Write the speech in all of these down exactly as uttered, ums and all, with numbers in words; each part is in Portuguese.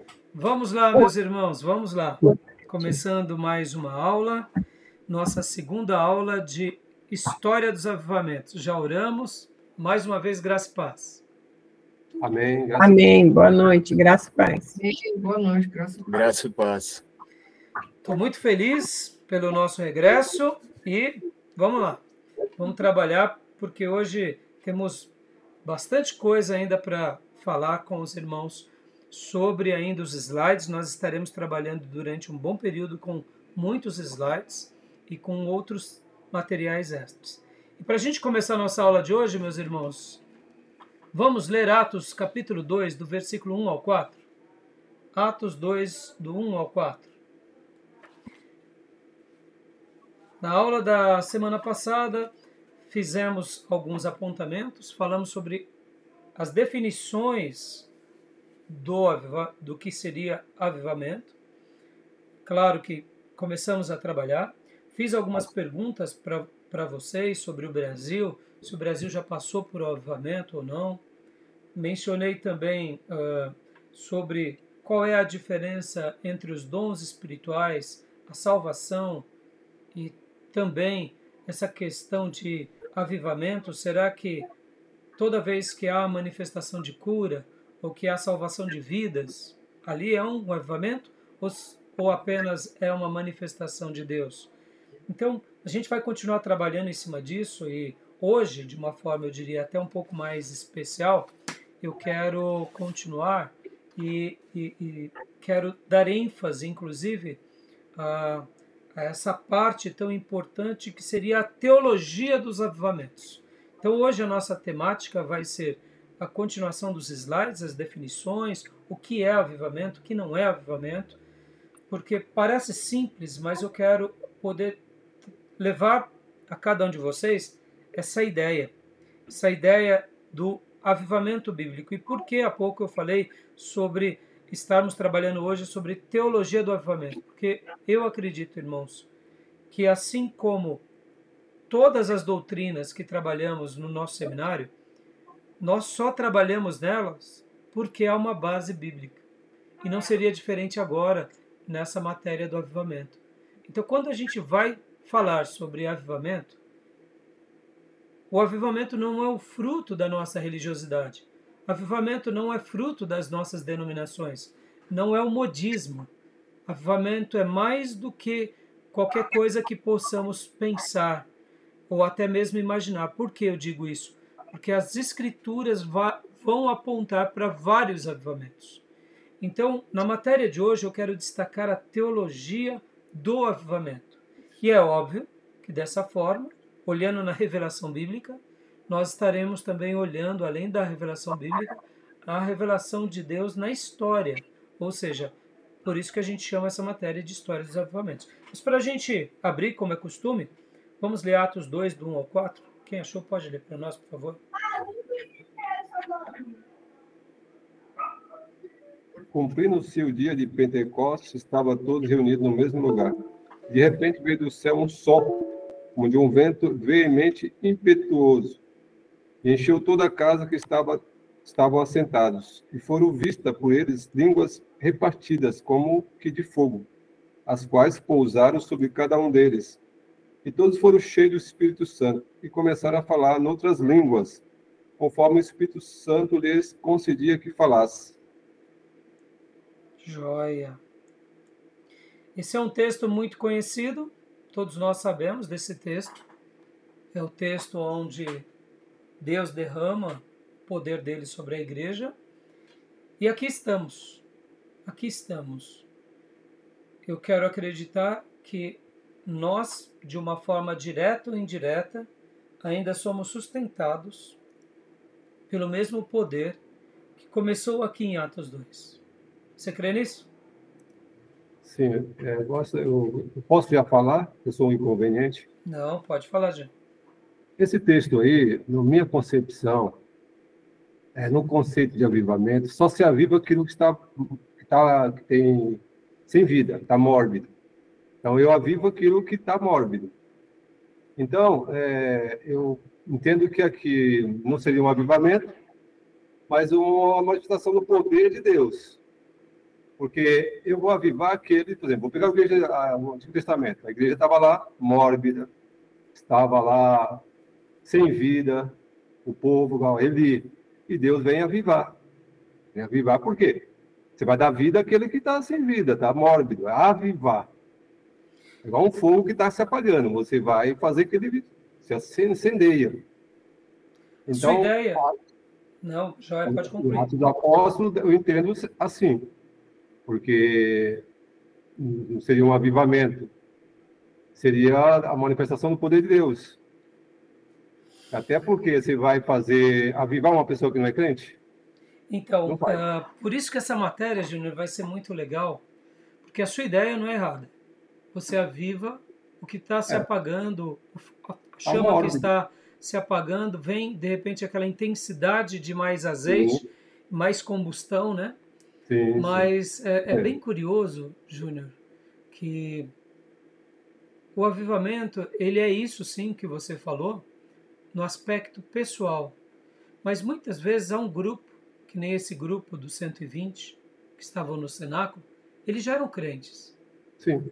Vamos lá, meus irmãos, vamos lá. Começando mais uma aula, nossa segunda aula de História dos Avivamentos. Já oramos, mais uma vez, graça e paz. Amém. Graça Amém. Boa noite, graça e paz. Amém. Boa noite, graça e paz. Graça e paz. Estou muito feliz pelo nosso regresso e vamos lá. Vamos trabalhar, porque hoje temos bastante coisa ainda para falar com os irmãos sobre ainda os slides. Nós estaremos trabalhando durante um bom período com muitos slides e com outros materiais extras. E para a gente começar a nossa aula de hoje, meus irmãos, vamos ler Atos capítulo dois, do versículo um ao quatro. Atos dois, do um ao quatro. Na aula da semana passada, fizemos alguns apontamentos, falamos sobre as definições do, do que seria avivamento. Claro que começamos a trabalhar. Fiz algumas perguntas para vocês sobre o Brasil, se o Brasil já passou por avivamento ou não. Mencionei também uh, sobre qual é a diferença entre os dons espirituais, a salvação e também essa questão de avivamento. Será que toda vez que há manifestação de cura ou que há salvação de vidas, ali é um avivamento ou, ou apenas é uma manifestação de Deus? Então, a gente vai continuar trabalhando em cima disso e hoje, de uma forma, eu diria, até um pouco mais especial, eu quero continuar e, e, e quero dar ênfase, inclusive, a, a essa parte tão importante que seria a teologia dos avivamentos. Então, hoje a nossa temática vai ser a continuação dos slides, as definições, o que é avivamento, o que não é avivamento, porque parece simples, mas eu quero poder levar a cada um de vocês essa ideia, essa ideia do avivamento bíblico. E por que há pouco eu falei sobre estarmos trabalhando hoje sobre teologia do avivamento? Porque eu acredito, irmãos, que assim como todas as doutrinas que trabalhamos no nosso seminário, nós só trabalhamos nelas porque há uma base bíblica. E não seria diferente agora nessa matéria do avivamento. Então, quando a gente vai falar sobre avivamento, o avivamento não é o fruto da nossa religiosidade. O avivamento não é fruto das nossas denominações. Não é o modismo. O avivamento é mais do que qualquer coisa que possamos pensar ou até mesmo imaginar. Por que eu digo isso? Porque as escrituras vão apontar para vários avivamentos. Então, na matéria de hoje, eu quero destacar a teologia do avivamento. E é óbvio que dessa forma, olhando na revelação bíblica, nós estaremos também olhando, além da revelação bíblica, a revelação de Deus na história. Ou seja, por isso que a gente chama essa matéria de história dos avivamentos. Mas para a gente abrir, como é costume, vamos ler Atos dois, do um ao quatro. Quem achou pode ler para nós, por favor. Cumprindo-se o dia de Pentecostes, estavam todos reunidos no mesmo lugar. De repente veio do céu um som, como de um vento veemente e impetuoso, e encheu toda a casa que estava, estavam assentados, e foram vistas por eles línguas repartidas como que de fogo, as quais pousaram sobre cada um deles. E todos foram cheios do Espírito Santo, e começaram a falar noutras línguas, conforme o Espírito Santo lhes concedia que falasse. Joia. Esse é um texto muito conhecido, todos nós sabemos desse texto. É o texto onde Deus derrama o poder dele sobre a igreja. E aqui estamos, aqui estamos. Eu quero acreditar que nós, de uma forma direta ou indireta, ainda somos sustentados pelo mesmo poder que começou aqui em Atos dois. Você crê nisso? Sim, é, eu, gosto, eu, eu posso já falar? Eu sou um inconveniente. Não, pode falar, já. Esse texto aí, na minha concepção, é, no conceito de avivamento, só se aviva aquilo que está, que está que tem sem vida, está mórbido. Então, eu avivo aquilo que está mórbido. Então, é, eu entendo que aqui não seria um avivamento, mas uma manifestação do poder de Deus. Porque eu vou avivar aquele, por exemplo, vou pegar a igreja, a, o Antigo Testamento. A igreja estava lá mórbida, estava lá sem vida, o povo, ele, e Deus vem avivar. Vem avivar por quê? Você vai dar vida àquele que está sem vida, está mórbido, é avivar. É igual um fogo que está se apagando, você vai fazer que ele se incendeia. Então, Sua ideia... Não, Joia, pode concluir. O Atos dos Apóstolos eu entendo assim, porque não seria um avivamento, seria a manifestação do poder de Deus. Até porque você vai fazer avivar uma pessoa que não é crente? Então, uh, por isso que essa matéria, Júnior, vai ser muito legal, porque a sua ideia não é errada. Você aviva o que está se é. apagando, a chama que está se apagando, vem, de repente, aquela intensidade de mais azeite, sim, mais combustão, né? Sim, Mas sim. É, é, é bem curioso, Júnior, que o avivamento, ele é isso sim que você falou, no aspecto pessoal. Mas muitas vezes há um grupo, que nem esse grupo dos cento e vinte, que estavam no cenáculo, eles já eram crentes. Sim.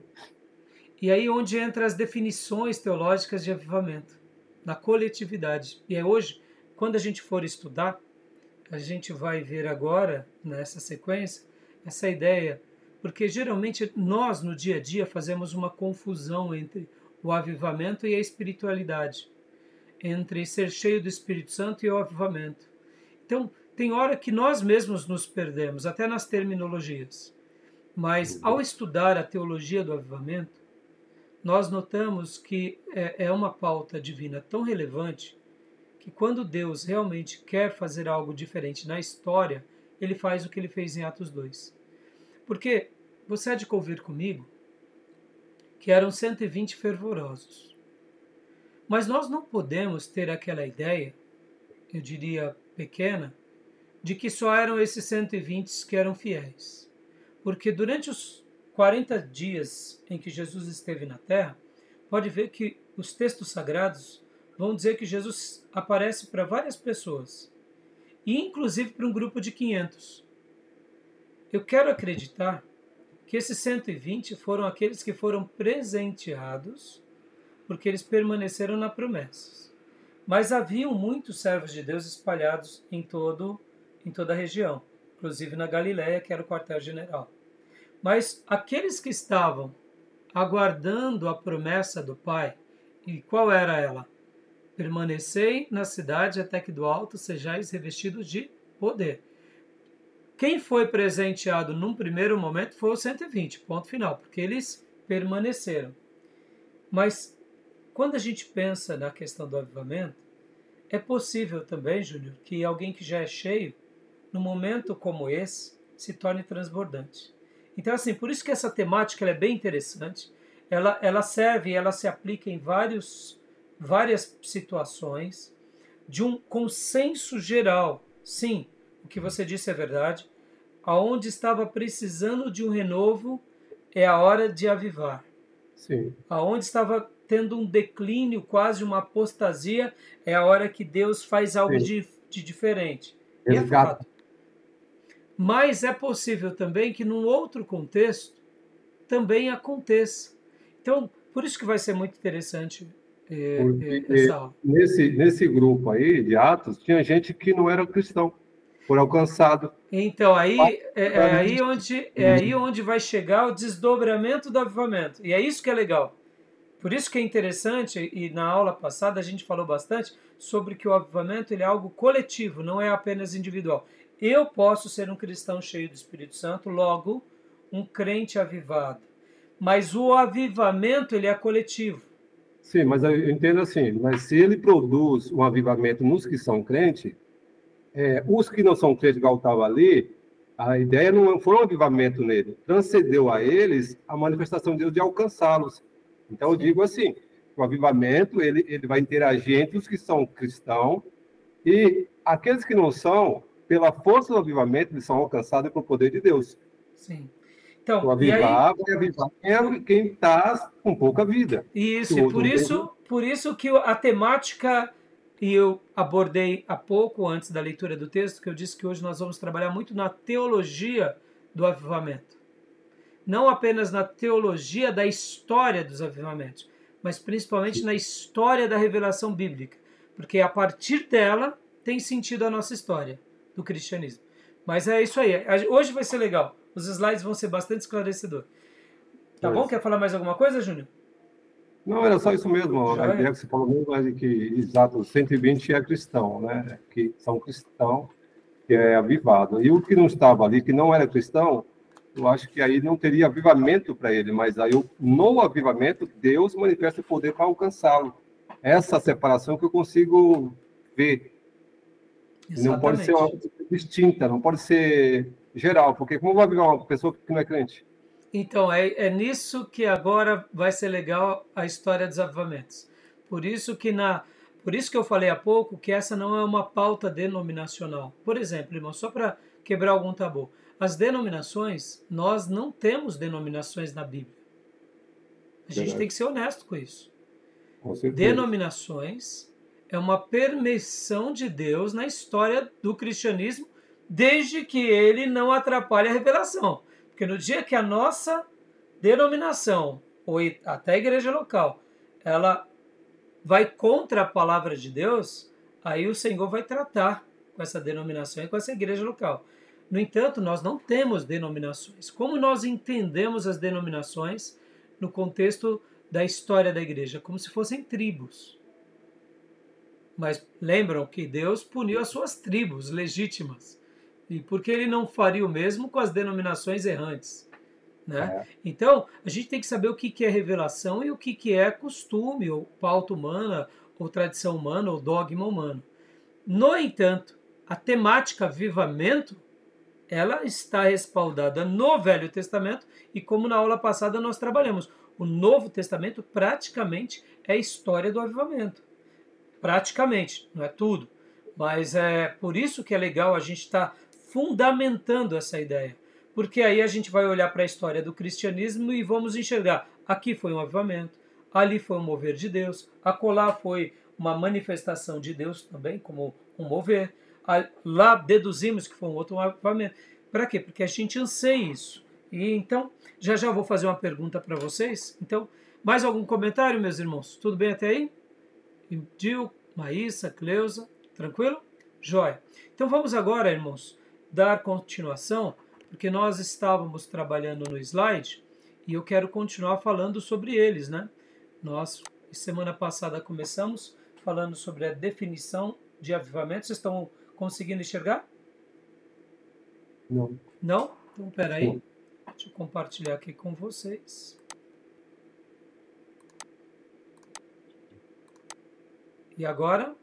E aí onde entram as definições teológicas de avivamento, na coletividade. E é hoje, quando a gente for estudar, a gente vai ver agora, nessa sequência, essa ideia, porque geralmente nós, no dia a dia, fazemos uma confusão entre o avivamento e a espiritualidade, entre ser cheio do Espírito Santo e o avivamento. Então, tem hora que nós mesmos nos perdemos, até nas terminologias. Mas, ao estudar a teologia do avivamento, nós notamos que é uma pauta divina tão relevante que quando Deus realmente quer fazer algo diferente na história, ele faz o que ele fez em Atos dois. Porque você há de convir comigo que eram cento e vinte fervorosos. Mas nós não podemos ter aquela ideia, eu diria pequena, de que só eram esses cento e vinte que eram fiéis. Porque durante os quarenta dias em que Jesus esteve na Terra, pode ver que os textos sagrados vão dizer que Jesus aparece para várias pessoas, e inclusive para um grupo de quinhentos. Eu quero acreditar que esses cento e vinte foram aqueles que foram presenteados, porque eles permaneceram na promessa. Mas haviam muitos servos de Deus espalhados em, todo, em toda a região, inclusive na Galileia, que era o quartel-general. Mas aqueles que estavam aguardando a promessa do Pai, e qual era ela? Permanecei na cidade até que do alto sejais revestidos de poder. Quem foi presenteado num primeiro momento foi os cento e vinte, ponto final, porque eles permaneceram. Mas quando a gente pensa na questão do avivamento, é possível também, Júnior, que alguém que já é cheio, num momento como esse, se torne transbordante. Então, assim, por isso que essa temática ela é bem interessante. Ela, ela serve e ela se aplica em vários, várias situações de um consenso geral. Sim, o que você disse é verdade. Aonde estava precisando de um renovo é a hora de avivar. Sim. Aonde estava tendo um declínio, quase uma apostasia, é a hora que Deus faz algo de, de diferente. E é fato. Mas é possível também que num outro contexto também aconteça. Então, por isso que vai ser muito interessante é, Porque, essa aula. Nesse, nesse grupo aí de Atos, tinha gente que não era cristão, por alcançado. Então, aí é, é, aí onde, é aí onde vai chegar o desdobramento do avivamento. E é isso que é legal. Por isso que é interessante, e na aula passada a gente falou bastante, sobre que o avivamento ele é algo coletivo, não é apenas individual. Eu posso ser um cristão cheio do Espírito Santo, logo, um crente avivado. Mas o avivamento, ele é coletivo. Sim, mas eu entendo assim, mas se ele produz um avivamento nos que são crentes, é, os que não são crentes, igual estava ali, a ideia não foi um avivamento nele, transcendeu a eles a manifestação de Deus de alcançá-los. Então, eu digo assim, o avivamento, ele, ele vai interagir entre os que são cristãos e aqueles que não são, pela força do avivamento, eles são alcançados pelo poder de Deus. Sim. Então, o avivar, e aí, vai avivar quem está com pouca vida. Isso, e por isso, por isso que a temática, e eu abordei há pouco, antes da leitura do texto, que eu disse que hoje nós vamos trabalhar muito na teologia do avivamento. Não apenas na teologia da história dos avivamentos, mas principalmente na história da revelação bíblica, porque a partir dela tem sentido a nossa história do cristianismo. Mas é isso aí. Hoje vai ser legal. Os slides vão ser bastante esclarecedores. Tá bom? Quer falar mais alguma coisa, Júnior? Não, era só isso mesmo. Já a é. ideia que você falou mesmo é de que, exato, cento e vinte é cristão, né? Que são cristãos, que é avivado. E o que não estava ali, que não era cristão, eu acho que aí não teria avivamento para ele, mas aí no avivamento, Deus manifesta o poder para alcançá-lo. Essa separação que eu consigo ver. Exatamente. Não pode ser uma coisa distinta, não pode ser geral, porque como vai avivar uma pessoa que não é crente? Então, é, é nisso que agora vai ser legal a história dos avivamentos. Por isso que na, por isso que eu falei há pouco que essa não é uma pauta denominacional. Por exemplo, irmão, só para quebrar algum tabu. As denominações, nós não temos denominações na Bíblia. A gente Verdade. tem que ser honesto com isso. Com certeza. Denominações é uma permissão de Deus na história do cristianismo, desde que ele não atrapalhe a revelação. Porque no dia que a nossa denominação, ou até a igreja local, ela vai contra a palavra de Deus, aí o Senhor vai tratar com essa denominação e com essa igreja local. No entanto, nós não temos denominações. Como nós entendemos as denominações no contexto da história da igreja? Como se fossem tribos. Mas lembram que Deus puniu as suas tribos legítimas. E por que ele não faria o mesmo com as denominações errantes? Né? É. Então, a gente tem que saber o que é revelação e o que é costume, ou pauta humana, ou tradição humana, ou dogma humano. No entanto, a temática avivamento, ela está respaldada no Velho Testamento, e como na aula passada nós trabalhamos, o Novo Testamento praticamente é a história do avivamento. Praticamente, não é tudo. Mas é por isso que é legal a gente estar tá fundamentando essa ideia. Porque aí a gente vai olhar para a história do cristianismo e vamos enxergar, aqui foi um avivamento, ali foi um mover de Deus, acolá foi uma manifestação de Deus também, como um mover, lá deduzimos que foi um outro avivamento. Para quê? Porque a gente anseia isso. E então, já já vou fazer uma pergunta para vocês. Então, mais algum comentário, meus irmãos? Tudo bem até aí? Dil, Maísa, Cleusa, tranquilo? Jóia. Então vamos agora, irmãos, dar continuação, porque nós estávamos trabalhando no slide e eu quero continuar falando sobre eles, né? Nós, semana passada, começamos falando sobre a definição de avivamento. Vocês estão conseguindo enxergar? Não. Não? Então, peraí. Não. Deixa eu compartilhar aqui com vocês. E agora?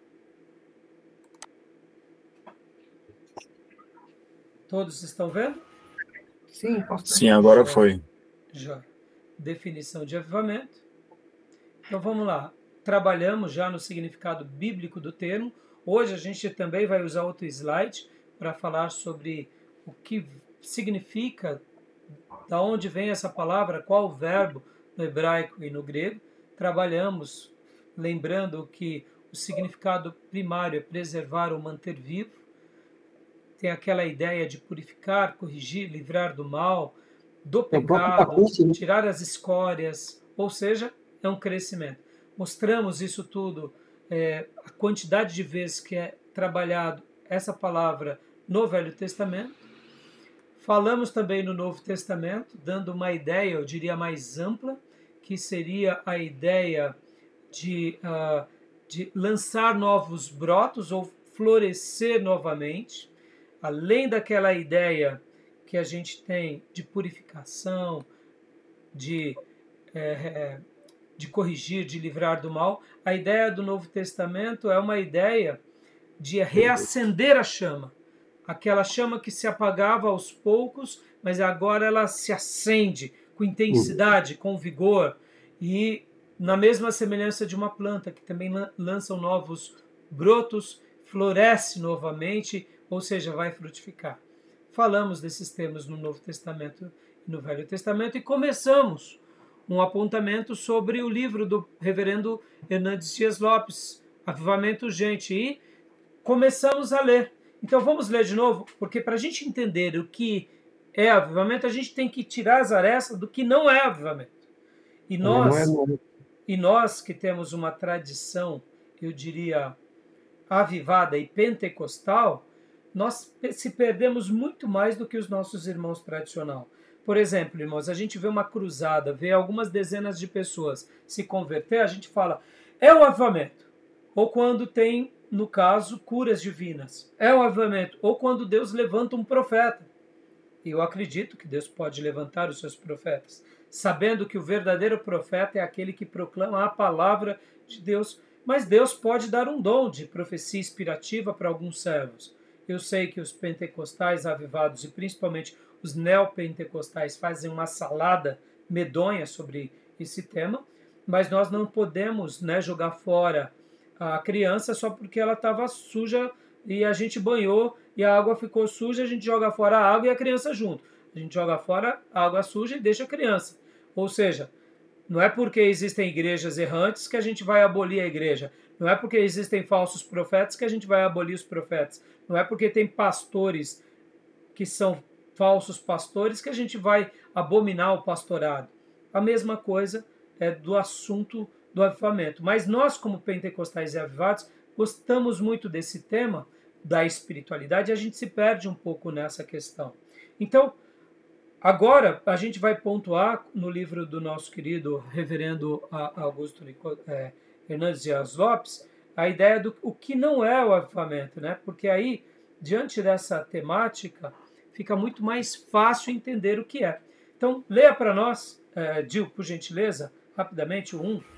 Todos estão vendo? Sim, posso. Sim, agora foi. Já. Definição de avivamento. Então vamos lá. Trabalhamos já no significado bíblico do termo. Hoje a gente também vai usar outro slide para falar sobre o que significa, da onde vem essa palavra, qual o verbo no hebraico e no grego. Trabalhamos lembrando que o significado primário é preservar ou manter vivo. Tem aquela ideia de purificar, corrigir, livrar do mal, do pecado, tirar as escórias, ou seja, é um crescimento. Mostramos isso tudo, é, a quantidade de vezes que é trabalhado essa palavra no Velho Testamento. Falamos também no Novo Testamento, dando uma ideia, eu diria mais ampla, que seria a ideia de, uh, de lançar novos brotos ou florescer novamente, além daquela ideia que a gente tem de purificação, de, é, de corrigir, de livrar do mal. A ideia do Novo Testamento é uma ideia de reacender a chama. Aquela chama que se apagava aos poucos, mas agora ela se acende com intensidade, com vigor, e na mesma semelhança de uma planta que também lança novos brotos, floresce novamente, ou seja, vai frutificar. Falamos desses termos no Novo Testamento e no Velho Testamento e começamos um apontamento sobre o livro do reverendo Hernandes Dias Lopes, Avivamento Urgente, e começamos a ler. Então vamos ler de novo, porque para a gente entender o que é avivamento, a gente tem que tirar as arestas do que não é avivamento. E Também não é nós, novo. e nós que temos uma tradição, eu diria, avivada e pentecostal, nós se perdemos muito mais do que os nossos irmãos tradicional. Por exemplo, irmãos, a gente vê uma cruzada, vê algumas dezenas de pessoas se converter, a gente fala, é o avivamento. Ou quando tem, no caso, curas divinas. É o avivamento. Ou quando Deus levanta um profeta. E eu acredito que Deus pode levantar os seus profetas, sabendo que o verdadeiro profeta é aquele que proclama a palavra de Deus. Mas Deus pode dar um dom de profecia inspirativa para alguns servos. Eu sei que os pentecostais avivados, e principalmente os neopentecostais, fazem uma salada medonha sobre esse tema, mas nós não podemos, né, jogar fora a criança só porque ela estava suja e a gente banhou e a água ficou suja, a gente joga fora a água e a criança junto. A gente joga fora a água suja e deixa a criança. Ou seja, não é porque existem igrejas errantes que a gente vai abolir a igreja. Não é porque existem falsos profetas que a gente vai abolir os profetas. Não é porque tem pastores que são falsos pastores que a gente vai abominar o pastorado. A mesma coisa é do assunto do avivamento. Mas nós, como pentecostais e avivados, gostamos muito desse tema da espiritualidade e a gente se perde um pouco nessa questão. Então, agora a gente vai pontuar no livro do nosso querido reverendo Augusto é, Hernandes Dias Lopes a ideia do o que não é o avivamento, né? Porque aí, diante dessa temática, fica muito mais fácil entender o que é. Então, leia para nós, é, Dil, por gentileza, rapidamente, o um.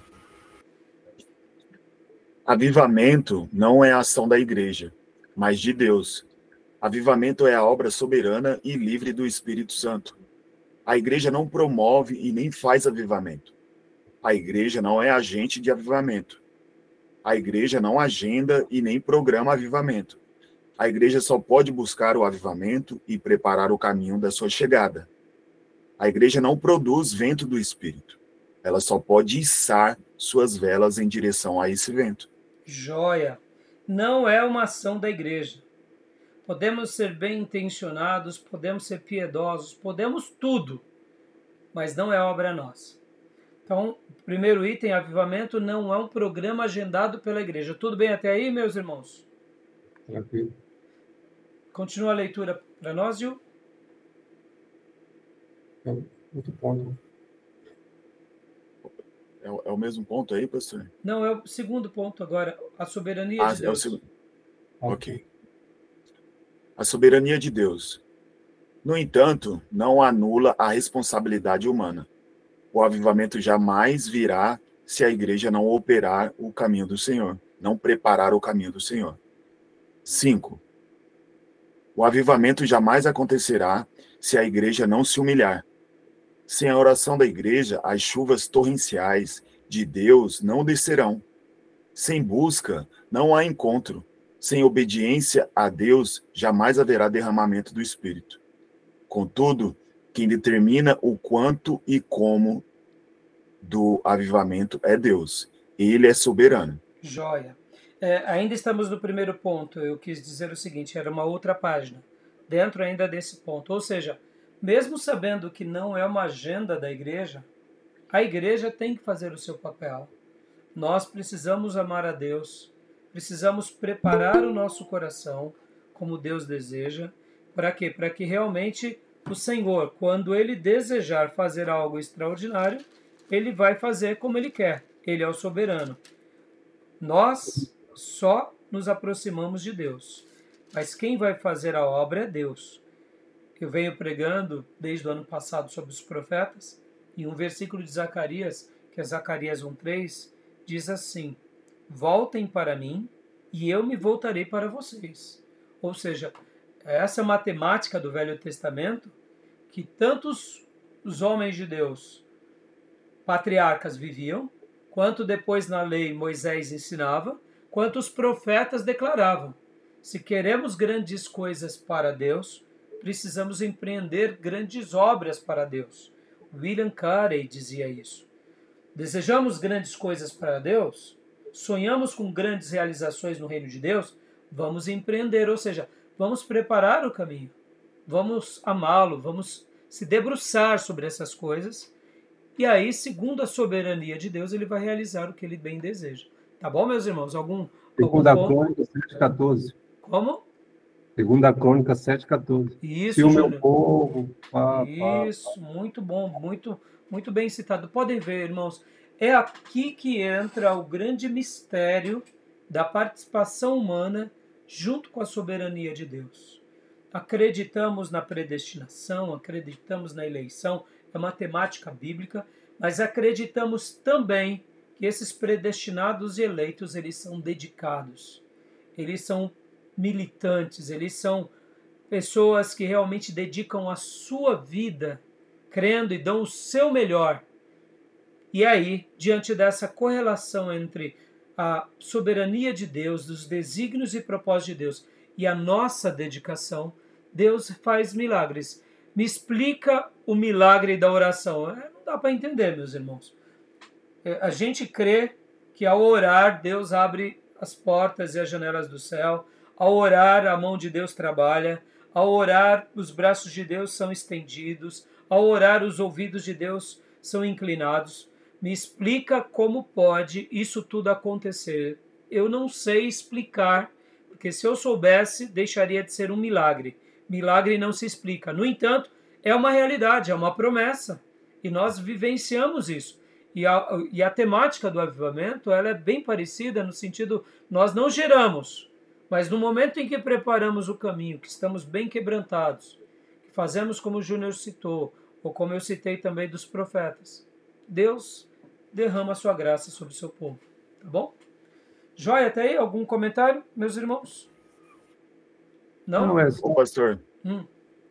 Avivamento não é a ação da igreja, mas de Deus. Avivamento é a obra soberana e livre do Espírito Santo. A igreja não promove e nem faz avivamento. A igreja não é agente de avivamento. A igreja não agenda e nem programa avivamento. A igreja só pode buscar o avivamento e preparar o caminho da sua chegada. A igreja não produz vento do Espírito. Ela só pode içar suas velas em direção a esse vento. Joia! Não é uma ação da igreja. Podemos ser bem intencionados, podemos ser piedosos, podemos tudo, mas não é obra nossa. Então, primeiro item, avivamento não é um programa agendado pela igreja. Tudo bem até aí, meus irmãos? Tranquilo. Continua a leitura para nós, Gil. É outro ponto. É, é o mesmo ponto aí, pastor? Não, é o segundo ponto agora, a soberania Ah, de é o Deus. segundo. Ok. A soberania de Deus. No entanto, não anula a responsabilidade humana. O avivamento jamais virá se a igreja não operar o caminho do Senhor, não preparar o caminho do Senhor. cinco. O avivamento jamais acontecerá se a igreja não se humilhar. Sem a oração da igreja, as chuvas torrenciais de Deus não descerão. Sem busca, não há encontro. Sem obediência a Deus, jamais haverá derramamento do Espírito. Contudo, quem determina o quanto e como do avivamento é Deus. Ele é soberano. Joia. É, ainda estamos no primeiro ponto. Eu quis dizer o seguinte, era uma outra página, dentro ainda desse ponto. Ou seja, mesmo sabendo que não é uma agenda da igreja, a igreja tem que fazer o seu papel. Nós precisamos amar a Deus, precisamos preparar o nosso coração como Deus deseja. Para quê? Para que realmente o Senhor, quando Ele desejar fazer algo extraordinário, Ele vai fazer como Ele quer. Ele é o soberano. Nós só nos aproximamos de Deus. Mas quem vai fazer a obra é Deus. Eu venho pregando desde o ano passado sobre os profetas, e um versículo de Zacarias, que é Zacarias um três, diz assim: voltem para mim e eu me voltarei para vocês. Ou seja, essa matemática do Velho Testamento, que tantos os homens de Deus, patriarcas, viviam, quanto depois na lei Moisés ensinava, quanto os profetas declaravam. Se queremos grandes coisas para Deus, precisamos empreender grandes obras para Deus. William Carey dizia isso. Desejamos grandes coisas para Deus? Sonhamos com grandes realizações no reino de Deus? Vamos empreender, ou seja, vamos preparar o caminho. vamos amá-lo, vamos se debruçar sobre essas coisas, e aí, segundo a soberania de Deus, ele vai realizar o que ele bem deseja. Tá bom, meus irmãos? Algum, algum Segunda ponto? Crônica sete, quatorze. Como? Segunda Crônica sete, quatorze. Isso, Se o meu Júnior. povo... Pá, pá, Isso, muito bom, muito, muito bem citado. Podem ver, irmãos, é aqui que entra o grande mistério da participação humana junto com a soberania de Deus. Acreditamos na predestinação, acreditamos na eleição, é uma temática bíblica, mas acreditamos também que esses predestinados e eleitos, eles são dedicados, eles são militantes, eles são pessoas que realmente dedicam a sua vida, crendo e dão o seu melhor. E aí, diante dessa correlação entre a soberania de Deus, dos desígnios e propósitos de Deus e a nossa dedicação, Deus faz milagres. Me explica o milagre da oração. Não dá para entender, meus irmãos. A gente crê que ao orar, Deus abre as portas e as janelas do céu. Ao orar, a mão de Deus trabalha. Ao orar, os braços de Deus são estendidos. Ao orar, os ouvidos de Deus são inclinados. Me explica como pode isso tudo acontecer. Eu não sei explicar, porque se eu soubesse, deixaria de ser um milagre. Milagre não se explica. No entanto, é uma realidade, é uma promessa. E nós vivenciamos isso. E a, e a temática do avivamento, ela é bem parecida no sentido, nós não geramos, mas no momento em que preparamos o caminho, que estamos bem quebrantados, que fazemos como o Júnior citou, ou como eu citei também dos profetas, Deus derrama a sua graça sobre o seu povo. Tá bom? Joia, até aí? Algum comentário, meus irmãos? Não? Não é Ô, só... pastor, Hum.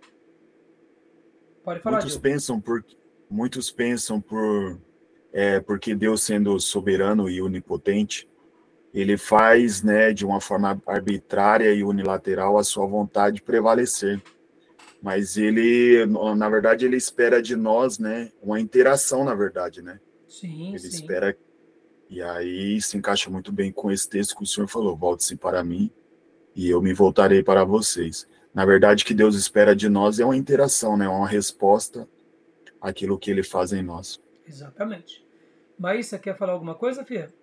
Pode falar, muitos Gil. pensam por muitos pensam por é, porque Deus sendo soberano e onipotente, ele faz, né, de uma forma arbitrária e unilateral a sua vontade prevalecer. Mas ele, na verdade, ele espera de nós, né, uma interação, na verdade, né? Sim, Ele sim. espera, e aí se encaixa muito bem com esse texto que o senhor falou: volte-se para mim e eu me voltarei para vocês. Na verdade, o que Deus espera de nós é uma interação, né, uma resposta àquilo que ele faz em nós. Exatamente. Maísa, quer falar alguma coisa, filha?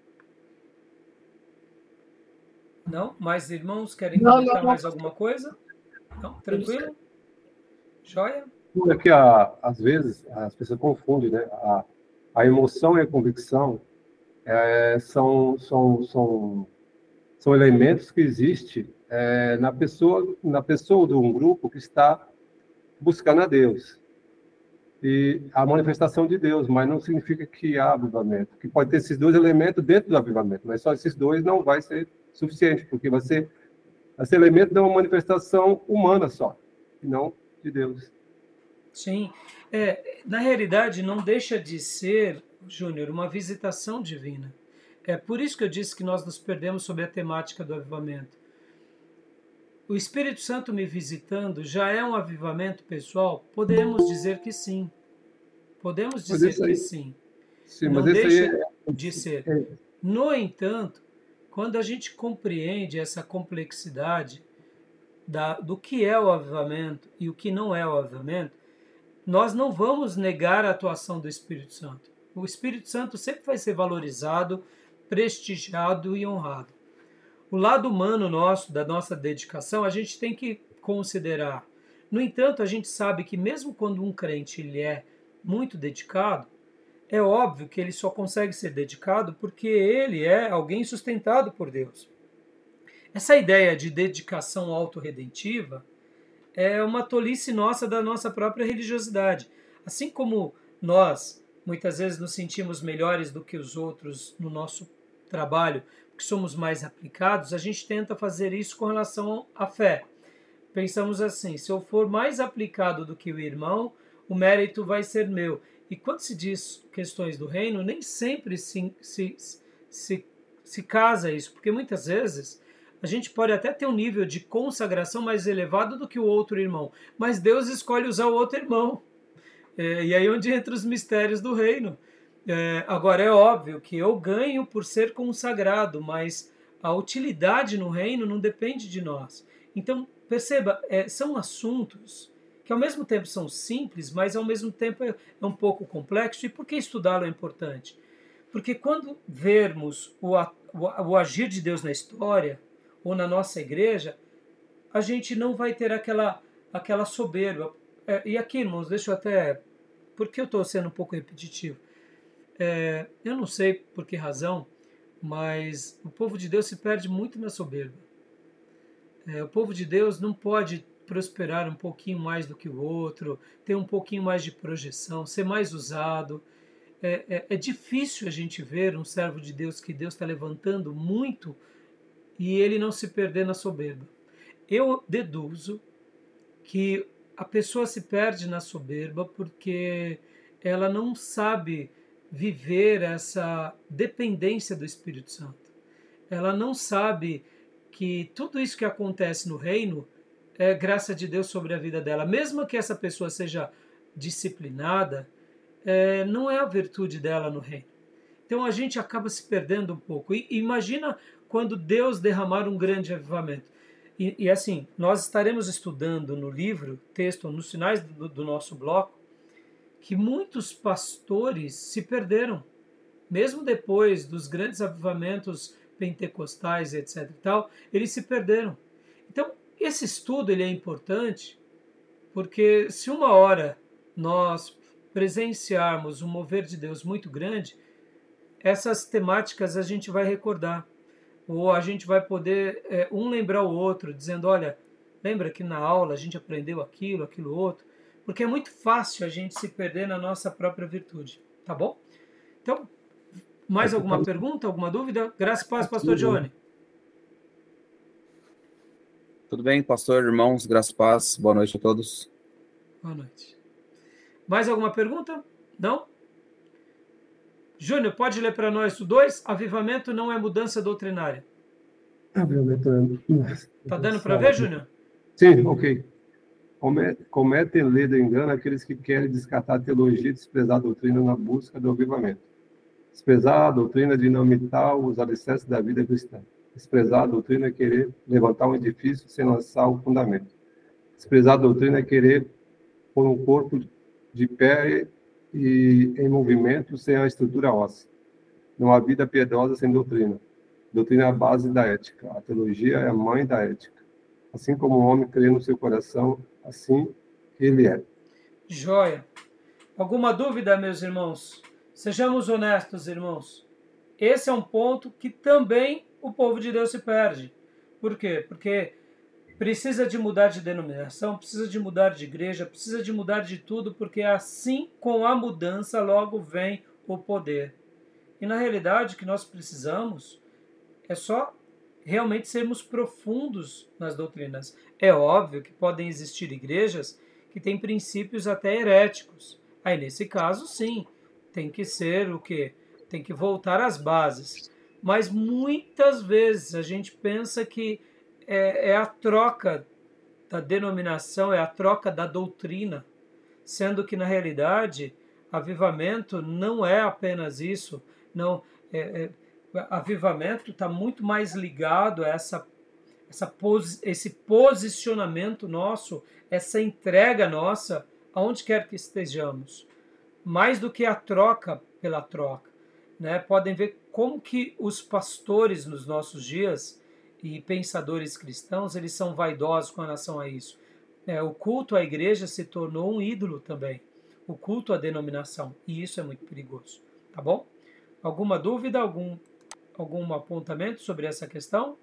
Não? Mais irmãos querem Não, comentar não, não. mais alguma coisa? Não? Tranquilo? Joia? É que, a, às vezes, as pessoas confundem, né? A, a emoção e a convicção é, são, são, são, são elementos que existem é, na pessoa, na pessoa de um grupo que está buscando a Deus. E a manifestação de Deus, mas não significa que há avivamento. Que pode ter esses dois elementos dentro do avivamento, mas só esses dois não vai ser suficiente, porque vai ser esse elemento de uma manifestação humana só, e não de Deus. Sim. É, na realidade, não deixa de ser, Júnior, uma visitação divina. É por isso que eu disse que nós nos perdemos sobre a temática do avivamento. O Espírito Santo me visitando já é um avivamento pessoal? Podemos dizer que sim. Podemos dizer Mas isso aí- que sim. Sim, Não mas esse deixa aí é- de ser. é- No entanto, quando a gente compreende essa complexidade da, do que é o avivamento e o que não é o avivamento, nós não vamos negar a atuação do Espírito Santo. O Espírito Santo sempre vai ser valorizado, prestigiado e honrado. O lado humano nosso, da nossa dedicação, a gente tem que considerar. No entanto, a gente sabe que mesmo quando um crente ele é muito dedicado, é óbvio que ele só consegue ser dedicado porque ele é alguém sustentado por Deus. Essa ideia de dedicação autorredentiva é uma tolice nossa da nossa própria religiosidade. Assim como nós, muitas vezes, nos sentimos melhores do que os outros no nosso trabalho, porque somos mais aplicados, a gente tenta fazer isso com relação à fé. Pensamos assim: se eu for mais aplicado do que o irmão, o mérito vai ser meu. E quando se diz questões do reino, nem sempre se, se, se, se casa isso, porque muitas vezes a gente pode até ter um nível de consagração mais elevado do que o outro irmão, mas Deus escolhe usar o outro irmão. É, e aí é onde entra os mistérios do reino. É, agora, é óbvio que eu ganho por ser consagrado, mas a utilidade no reino não depende de nós. Então, perceba, é, são assuntos que ao mesmo tempo são simples, mas ao mesmo tempo é, é um pouco complexo. E por que estudá-lo é importante? Porque quando vermos o, o, o agir de Deus na história, ou na nossa igreja, a gente não vai ter aquela, aquela soberba. É, e aqui, irmãos, deixa eu até... Porque eu estou sendo um pouco repetitivo. É, eu não sei por que razão, mas o povo de Deus se perde muito na soberba. É, o povo de Deus não pode prosperar um pouquinho mais do que o outro, ter um pouquinho mais de projeção, ser mais usado. É, é, é difícil a gente ver um servo de Deus que Deus está levantando muito e ele não se perder na soberba. Eu deduzo que a pessoa se perde na soberba porque ela não sabe viver essa dependência do Espírito Santo. Ela não sabe que tudo isso que acontece no reino é graça de Deus sobre a vida dela. Mesmo que essa pessoa seja disciplinada, é, não é a virtude dela no reino. Então a gente acaba se perdendo um pouco. E imagina quando Deus derramar um grande avivamento. E, e assim, nós estaremos estudando no livro, texto, nos finais do, do nosso bloco, que muitos pastores se perderam, mesmo depois dos grandes avivamentos pentecostais, etc e tal, eles se perderam. Então, esse estudo ele é importante, porque se uma hora nós presenciarmos um mover de Deus muito grande, essas temáticas a gente vai recordar, ou a gente vai poder é, um lembrar o outro, dizendo, olha, lembra que na aula a gente aprendeu aquilo, aquilo outro, porque é muito fácil a gente se perder na nossa própria virtude, tá bom? Então, mais alguma pergunta, alguma dúvida? Graças e paz, pastor Johnny. Tudo bem, pastor, irmãos, graças e paz, boa noite a todos. Boa noite. Mais alguma pergunta? Não? Júnior, pode ler para nós o dois? Avivamento não é mudança doutrinária. Avivamento é... Tá dando para ver, Júnior? Sim, ok. Cometem lei do engano aqueles que querem descartar a teologia e desprezar a doutrina na busca do avivamento. Desprezar a doutrina é dinamitar os alicerces da vida cristã. Desprezar a doutrina é querer levantar um edifício sem lançar o fundamento. Desprezar a doutrina é querer pôr um corpo de pé e em movimento sem a estrutura óssea. Não há vida piedosa sem doutrina. Doutrina é a base da ética. A teologia é a mãe da ética. Assim como o homem crê no seu coração, assim ele é. Joia. Alguma dúvida, meus irmãos? Sejamos honestos, irmãos. Esse é um ponto que também o povo de Deus se perde. Por quê? Porque precisa de mudar de denominação, precisa de mudar de igreja, precisa de mudar de tudo, porque assim, com a mudança, logo vem o poder. E na realidade, o que nós precisamos é só realmente sermos profundos nas doutrinas. É óbvio que podem existir igrejas que têm princípios até heréticos. Aí, nesse caso, sim, tem que ser o quê? Tem que voltar às bases. Mas muitas vezes a gente pensa que é, é a troca da denominação, é a troca da doutrina, sendo que, na realidade, avivamento não é apenas isso. Não, é, é, avivamento está muito mais ligado a essa, essa pos, esse posicionamento nosso, essa entrega nossa, aonde quer que estejamos. Mais do que a troca pela troca. Né? Podem ver como que os pastores nos nossos dias e pensadores cristãos, eles são vaidosos com relação a isso. É, o culto à igreja se tornou um ídolo também. O culto à denominação. E isso é muito perigoso. Tá bom? Alguma dúvida? Algum, algum apontamento sobre essa questão?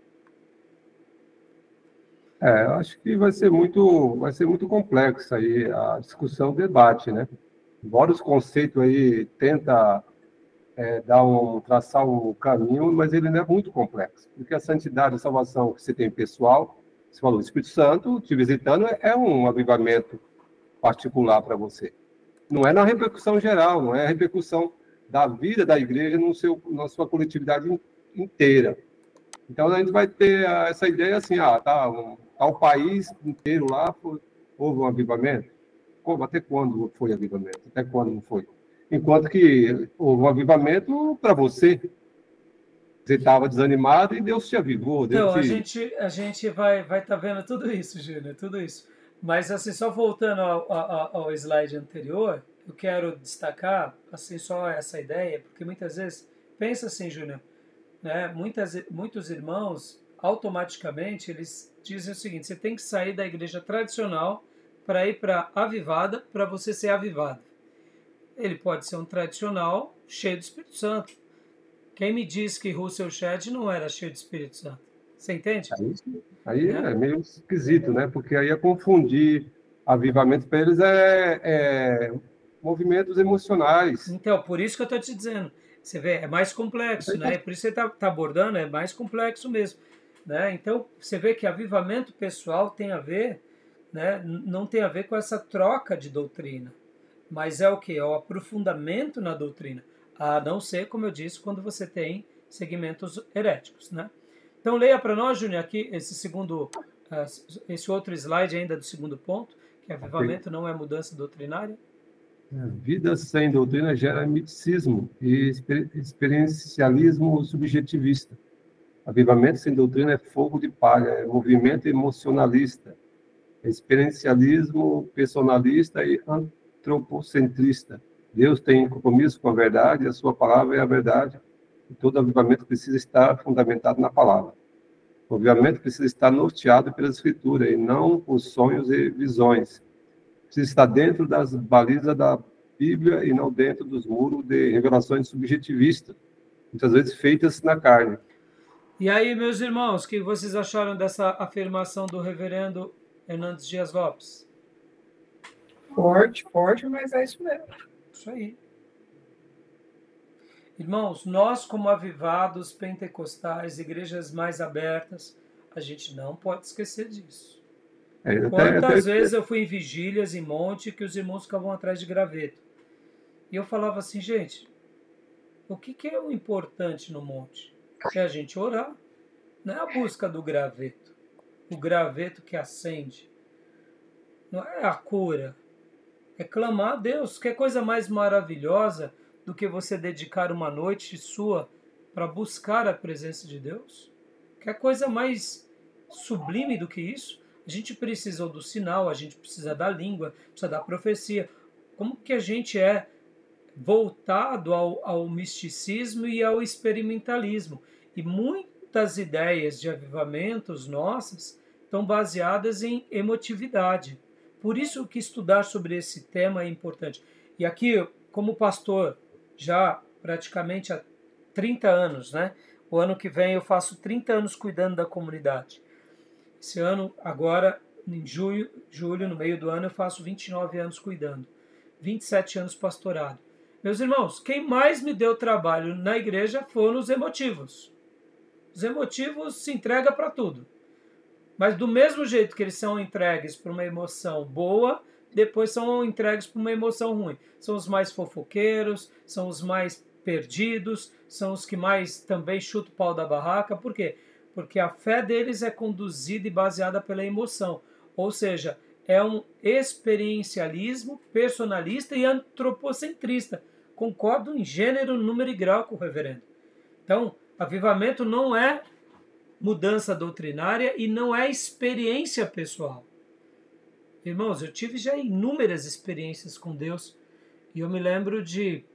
É, eu acho que vai ser muito, vai ser muito complexo aí a discussão, o debate, né? Embora os conceitos aí tenta é, dar um, traçar um caminho, mas ele não é muito complexo, porque a santidade, a salvação que você tem pessoal, você falou, o Espírito Santo te visitando é um avivamento particular para você. Não é na repercussão geral, não é a repercussão da vida da igreja no seu, na sua coletividade inteira. Então a gente vai ter essa ideia assim, ah, tá, um, tá o país inteiro lá, foi, houve um avivamento. Como, até quando foi avivamento? Até quando não foi? Enquanto que houve um avivamento para você. você estava desanimado e Deus te avivou. Deus Então, a te... gente, a gente vai vai tá vendo tudo isso, Júnior, tudo isso. Mas, assim, só voltando ao, ao, ao slide anterior, eu quero destacar, assim, só essa ideia, porque muitas vezes, pensa assim, Júnior, né, muitas, muitos irmãos, automaticamente, eles dizem o seguinte: você tem que sair da igreja tradicional para ir para a avivada, para você ser avivado. Ele pode ser um tradicional cheio do Espírito Santo. Quem me disse que Russell Shedd não era cheio de Espírito Santo? Você entende? Aí, aí Né? é meio esquisito, né? Porque aí é confundir avivamento para eles é, é movimentos emocionais. Então, por isso que eu estou te dizendo. Você vê, é mais complexo, né? Por isso que você está tá abordando, é mais complexo mesmo. Né? Então, você vê que avivamento pessoal tem a ver, né? Não tem a ver com essa troca de doutrina. Mas é o que? É o aprofundamento na doutrina. A não ser, como eu disse, quando você tem segmentos heréticos, né? Então leia para nós, Júnior, aqui esse segundo, esse outro slide ainda do segundo ponto, que avivamento não é mudança doutrinária. Vida sem doutrina gera miticismo e experiencialismo subjetivista. Avivamento sem doutrina é fogo de palha, é movimento emocionalista, é experiencialismo personalista e antropocentrista. Deus tem compromisso com a verdade, a sua palavra é a verdade, e todo avivamento precisa estar fundamentado na palavra. O avivamento precisa estar norteado pela Escritura, e não por sonhos e visões. Precisa estar dentro das balizas da Bíblia e não dentro dos muros de revelações subjetivistas, muitas vezes feitas na carne. E aí, meus irmãos, o que vocês acharam dessa afirmação do reverendo Hernandes Dias Lopes? Forte, forte, mas é isso mesmo. Isso aí. Irmãos, nós como avivados, pentecostais, igrejas mais abertas, a gente não pode esquecer disso. É, até, Quantas até... vezes eu fui em vigílias, em monte, que os irmãos ficavam atrás de graveto. E eu falava assim, gente, o que, que é o importante no monte? É a gente orar. Não é a busca do graveto. O graveto que acende. Não é a cura. É clamar a Deus. Que coisa mais maravilhosa do que você dedicar uma noite sua para buscar a presença de Deus? Que coisa mais sublime do que isso? A gente precisa do sinal, a gente precisa da língua, precisa da profecia. Como que a gente é voltado ao, ao misticismo e ao experimentalismo? E muitas ideias de avivamentos nossas estão baseadas em emotividade. Por isso que estudar sobre esse tema é importante. E aqui, como pastor, já praticamente há trinta anos, né? O ano que vem eu faço trinta anos cuidando da comunidade. Esse ano, agora, em julho, julho, no meio do ano, eu faço vinte e nove anos cuidando. vinte e sete anos pastorado. Meus irmãos, quem mais me deu trabalho na igreja foram os emotivos. Os emotivos se entregam para tudo. Mas do mesmo jeito que eles são entregues para uma emoção boa, depois são entregues para uma emoção ruim. São os mais fofoqueiros, são os mais perdidos, são os que mais também chutam o pau da barraca. Por quê? Porque a fé deles é conduzida e baseada pela emoção. Ou seja, é um experiencialismo personalista e antropocentrista. Concordo em gênero, número e grau com o reverendo. Então, avivamento não é mudança doutrinária e não é experiência pessoal. Irmãos, eu tive já inúmeras experiências com Deus e eu me lembro de,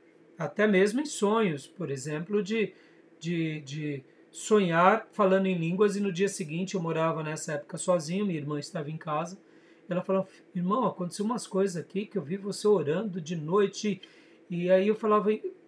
até mesmo em sonhos, por exemplo, de, de, de sonhar falando em línguas e no dia seguinte eu morava nessa época sozinho, minha irmã estava em casa. Ela falou, irmão, aconteceu umas coisas aqui que eu vi você orando de noite e aí eu falava,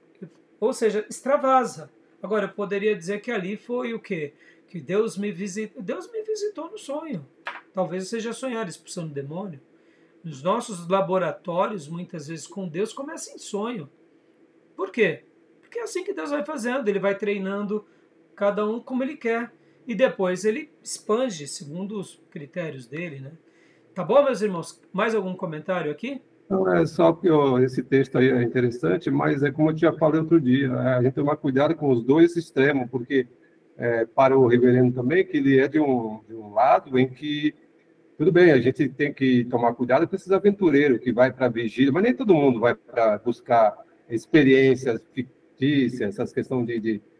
ou seja, extravasa. Agora, eu poderia dizer que ali foi o quê? Que Deus me visitou, Deus me visitou no sonho. Talvez seja sonhar expulsando o demônio. Nos nossos laboratórios, muitas vezes com Deus, começa em sonho. Por quê? Porque é assim que Deus vai fazendo. Ele vai treinando cada um como ele quer. E depois ele expande segundo os critérios dele, né? Tá bom, meus irmãos? Mais algum comentário aqui? Não, é só que ó, esse texto aí é interessante, mas é como eu tinha falado outro dia, a gente tomar cuidado com os dois extremos, porque é, para o reverendo também, que ele é de um, de um lado em que, tudo bem, a gente tem que tomar cuidado com esses aventureiros que vai para a vigília, mas nem todo mundo vai para buscar experiências fictícias, essas questões de, de,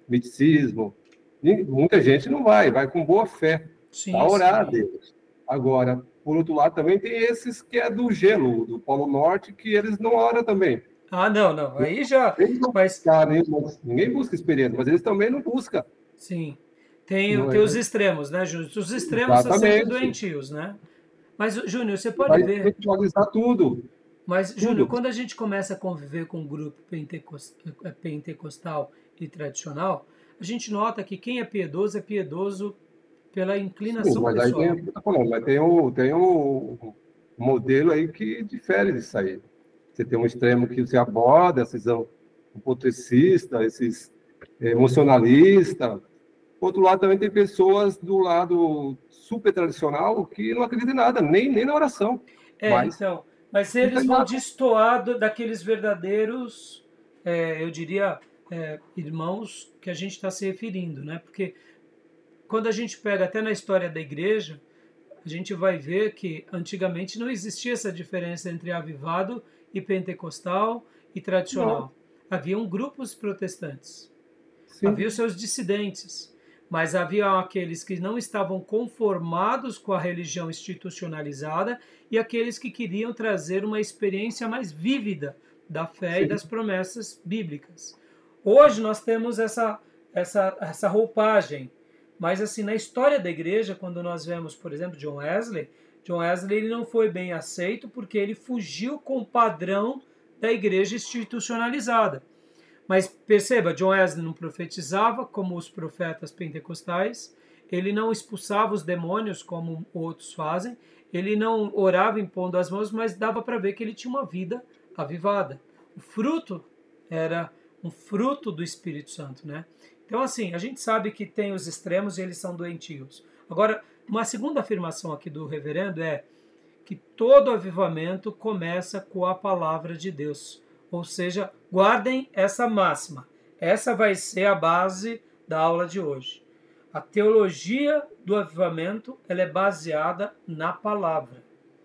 misticismo. E muita gente não vai, vai com boa fé, para orar a sim. Deus. Agora, por outro lado, também tem esses que é do gelo, do Polo Norte, que eles não oram também. Ah, não, não. Aí já. Eles não Mas, buscar, né? Ninguém busca experiência, mas eles também não buscam. sim. Tem, Não tem os é? extremos, né, Júnior? Os extremos são sempre Exatamente. doentios, né? Mas, Júnior, você pode Vai ver. espiritualizar tudo. Mas, Júnior, Tudo. quando a gente começa a conviver com um grupo pentecos- eh, pentecostal e tradicional, a gente nota que quem é piedoso é piedoso pela Sim, inclinação mas aí tem pessoal. o que eu tô falando, mas tem o, tem o modelo aí que difere disso aí. Você tem um extremo que você aborda, esses são hipotecistas, esses emocionalistas. Por outro lado, também tem pessoas do lado super tradicional que não acreditam em nada, nem, nem na oração. É, Mas então, mas não eles tem vão nada. destoar do- daqueles verdadeiros, é, eu diria, é, irmãos que a gente está se referindo, né? Porque quando a gente pega até na história da igreja, a gente vai ver que antigamente não existia essa diferença entre avivado e pentecostal e Não, tradicional. Haviam grupos protestantes, havia sim, os seus dissidentes, mas havia aqueles que não estavam conformados com a religião institucionalizada e aqueles que queriam trazer uma experiência mais vívida da fé e sim. das promessas bíblicas. Hoje nós temos essa, essa, essa roupagem, mas assim, na história da igreja, quando nós vemos, por exemplo, John Wesley, John Wesley ele não foi bem aceito porque ele fugiu com o padrão da igreja institucionalizada. Mas perceba, John Wesley não profetizava como os profetas pentecostais, ele não expulsava os demônios como outros fazem, ele não orava impondo as mãos, mas dava para ver que ele tinha uma vida avivada. O fruto era um fruto do Espírito Santo, né? Então, assim, a gente sabe que tem os extremos e eles são doentios. Agora, uma segunda afirmação aqui do reverendo é que todo avivamento começa com a palavra de Deus. Ou seja, guardem essa máxima. Essa vai ser a base da aula de hoje. A teologia do avivamento ela é baseada na palavra.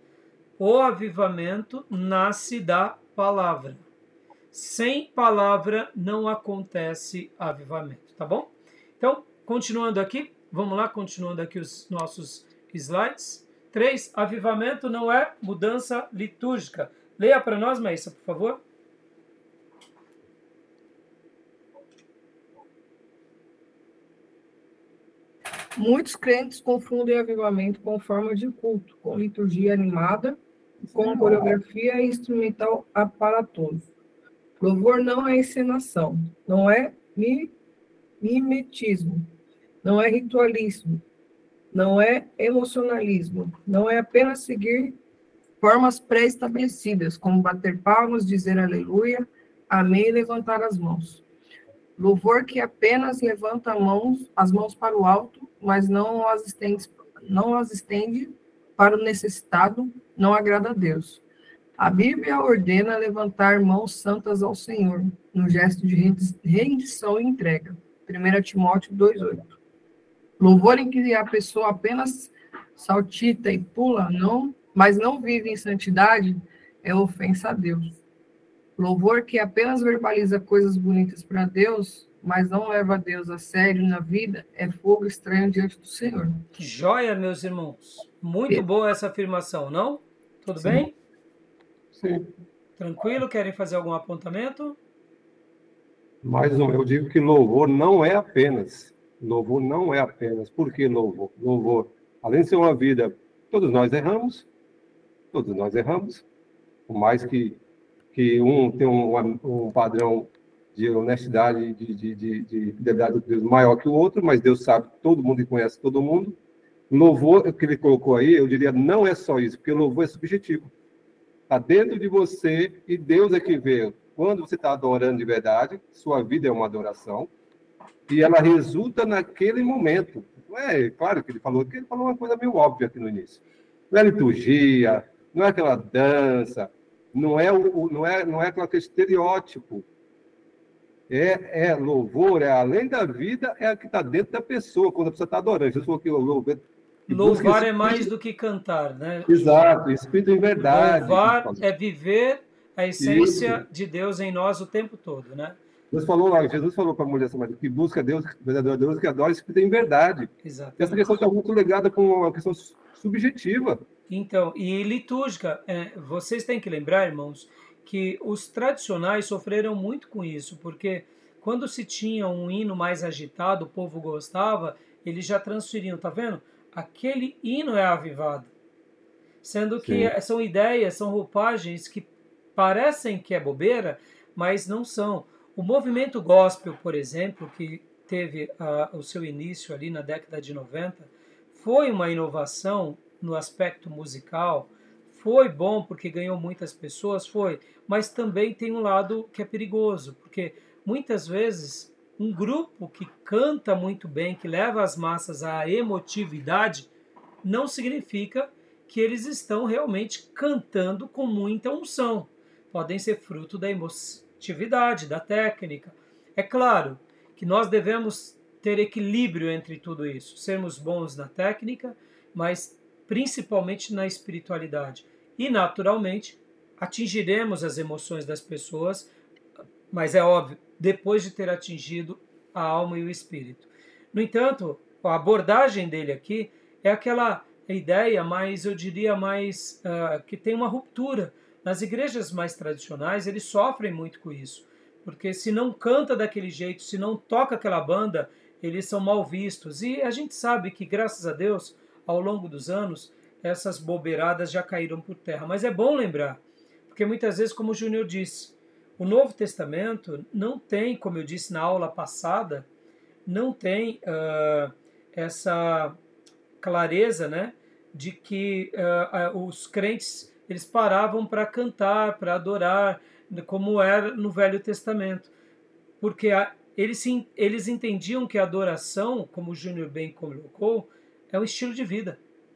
O avivamento nasce da palavra. Sem palavra não acontece avivamento, tá bom? Então, continuando aqui, vamos lá, continuando aqui os nossos slides. três. Avivamento não é mudança litúrgica. Leia para nós, Maísa, por favor. Muitos crentes confundem avivamento com forma de culto, com liturgia animada, com coreografia e instrumental aparatoso. Louvor não é encenação, não é mimetismo, não é ritualismo, não é emocionalismo, não é apenas seguir formas pré-estabelecidas, como bater palmas, dizer aleluia, amém e levantar as mãos. Louvor que apenas levanta mãos, as mãos para o alto, mas não as estende, não as estende para o necessitado, não agrada a Deus. A Bíblia ordena levantar mãos santas ao Senhor, no gesto de rendição e entrega. primeira Timóteo dois, oito. Louvor em que a pessoa apenas saltita e pula, não, mas não vive em santidade, é ofensa a Deus. Louvor que apenas verbaliza coisas bonitas para Deus, mas não leva a Deus a sério na vida, é fogo estranho diante do Senhor. Que joia, meus irmãos. Muito boa essa afirmação, não? Tudo Sim. bem? Sim. Tranquilo? Querem fazer algum apontamento? Mais um, eu digo que louvor não é apenas. Louvor não é apenas. Por que louvor? Louvor, além de ser uma vida, todos nós erramos, todos nós erramos, por mais que, que um tem um, um padrão de honestidade, de, de, de, de fidelidade a Deus maior que o outro, mas Deus sabe todo mundo e conhece todo mundo. Louvor, que ele colocou aí, eu diria, não é só isso, porque louvor é subjetivo. Está dentro de você e Deus é que vê. Quando você está adorando de verdade, sua vida é uma adoração e ela resulta naquele momento. Não é claro que ele falou, que ele falou uma coisa meio óbvia aqui no início. Não é liturgia, não é aquela dança, não é o, não é, não é aquele estereótipo. É, é louvor, é além da vida, é a que está dentro da pessoa quando a pessoa está adorando. Jesus falou que louvor. Louvar é mais do que cantar, né? Exato, espírito em verdade. Louvar é viver a essência Isso. de Deus em nós o tempo todo, né? Deus falou lá, Jesus falou para a mulher Samaritana que busca Deus, verdadeiro Deus, que adora isso que tem verdade. Exatamente. Essa questão está muito ligada com uma questão subjetiva. Então, e litúrgica, é, vocês têm que lembrar, irmãos, que os tradicionais sofreram muito com isso, porque quando se tinha um hino mais agitado, o povo gostava, eles já transferiam, tá vendo? Aquele hino é avivado. Sendo que Sim. são ideias, são roupagens que parecem que é bobeira, mas não são. O movimento gospel, por exemplo, que teve uh, o seu início ali na década de noventa, foi uma inovação no aspecto musical, foi bom porque ganhou muitas pessoas, foi, mas também tem um lado que é perigoso, porque muitas vezes um grupo que canta muito bem, que leva as massas à emotividade, não significa que eles estão realmente cantando com muita unção. Podem ser fruto da emotividade, da técnica. É claro que nós devemos ter equilíbrio entre tudo isso, sermos bons na técnica, mas principalmente na espiritualidade. E, naturalmente, atingiremos as emoções das pessoas, mas é óbvio, depois de ter atingido a alma e o espírito. No entanto, a abordagem dele aqui é aquela ideia mais, eu diria, mais uh, que tem uma ruptura. Nas igrejas mais tradicionais, eles sofrem muito com isso, porque se não canta daquele jeito, se não toca aquela banda, eles são mal vistos. E a gente sabe que, graças a Deus, ao longo dos anos, essas bobeiradas já caíram por terra. Mas é bom lembrar, porque muitas vezes, como o Júnior disse, o Novo Testamento não tem, como eu disse na aula passada, não tem uh, essa clareza, né, de que uh, uh, os crentes eles paravam para cantar, para adorar, como era no Velho Testamento. Porque a, eles, eles entendiam que a adoração, como o Júnior bem colocou, é um estilo de vida.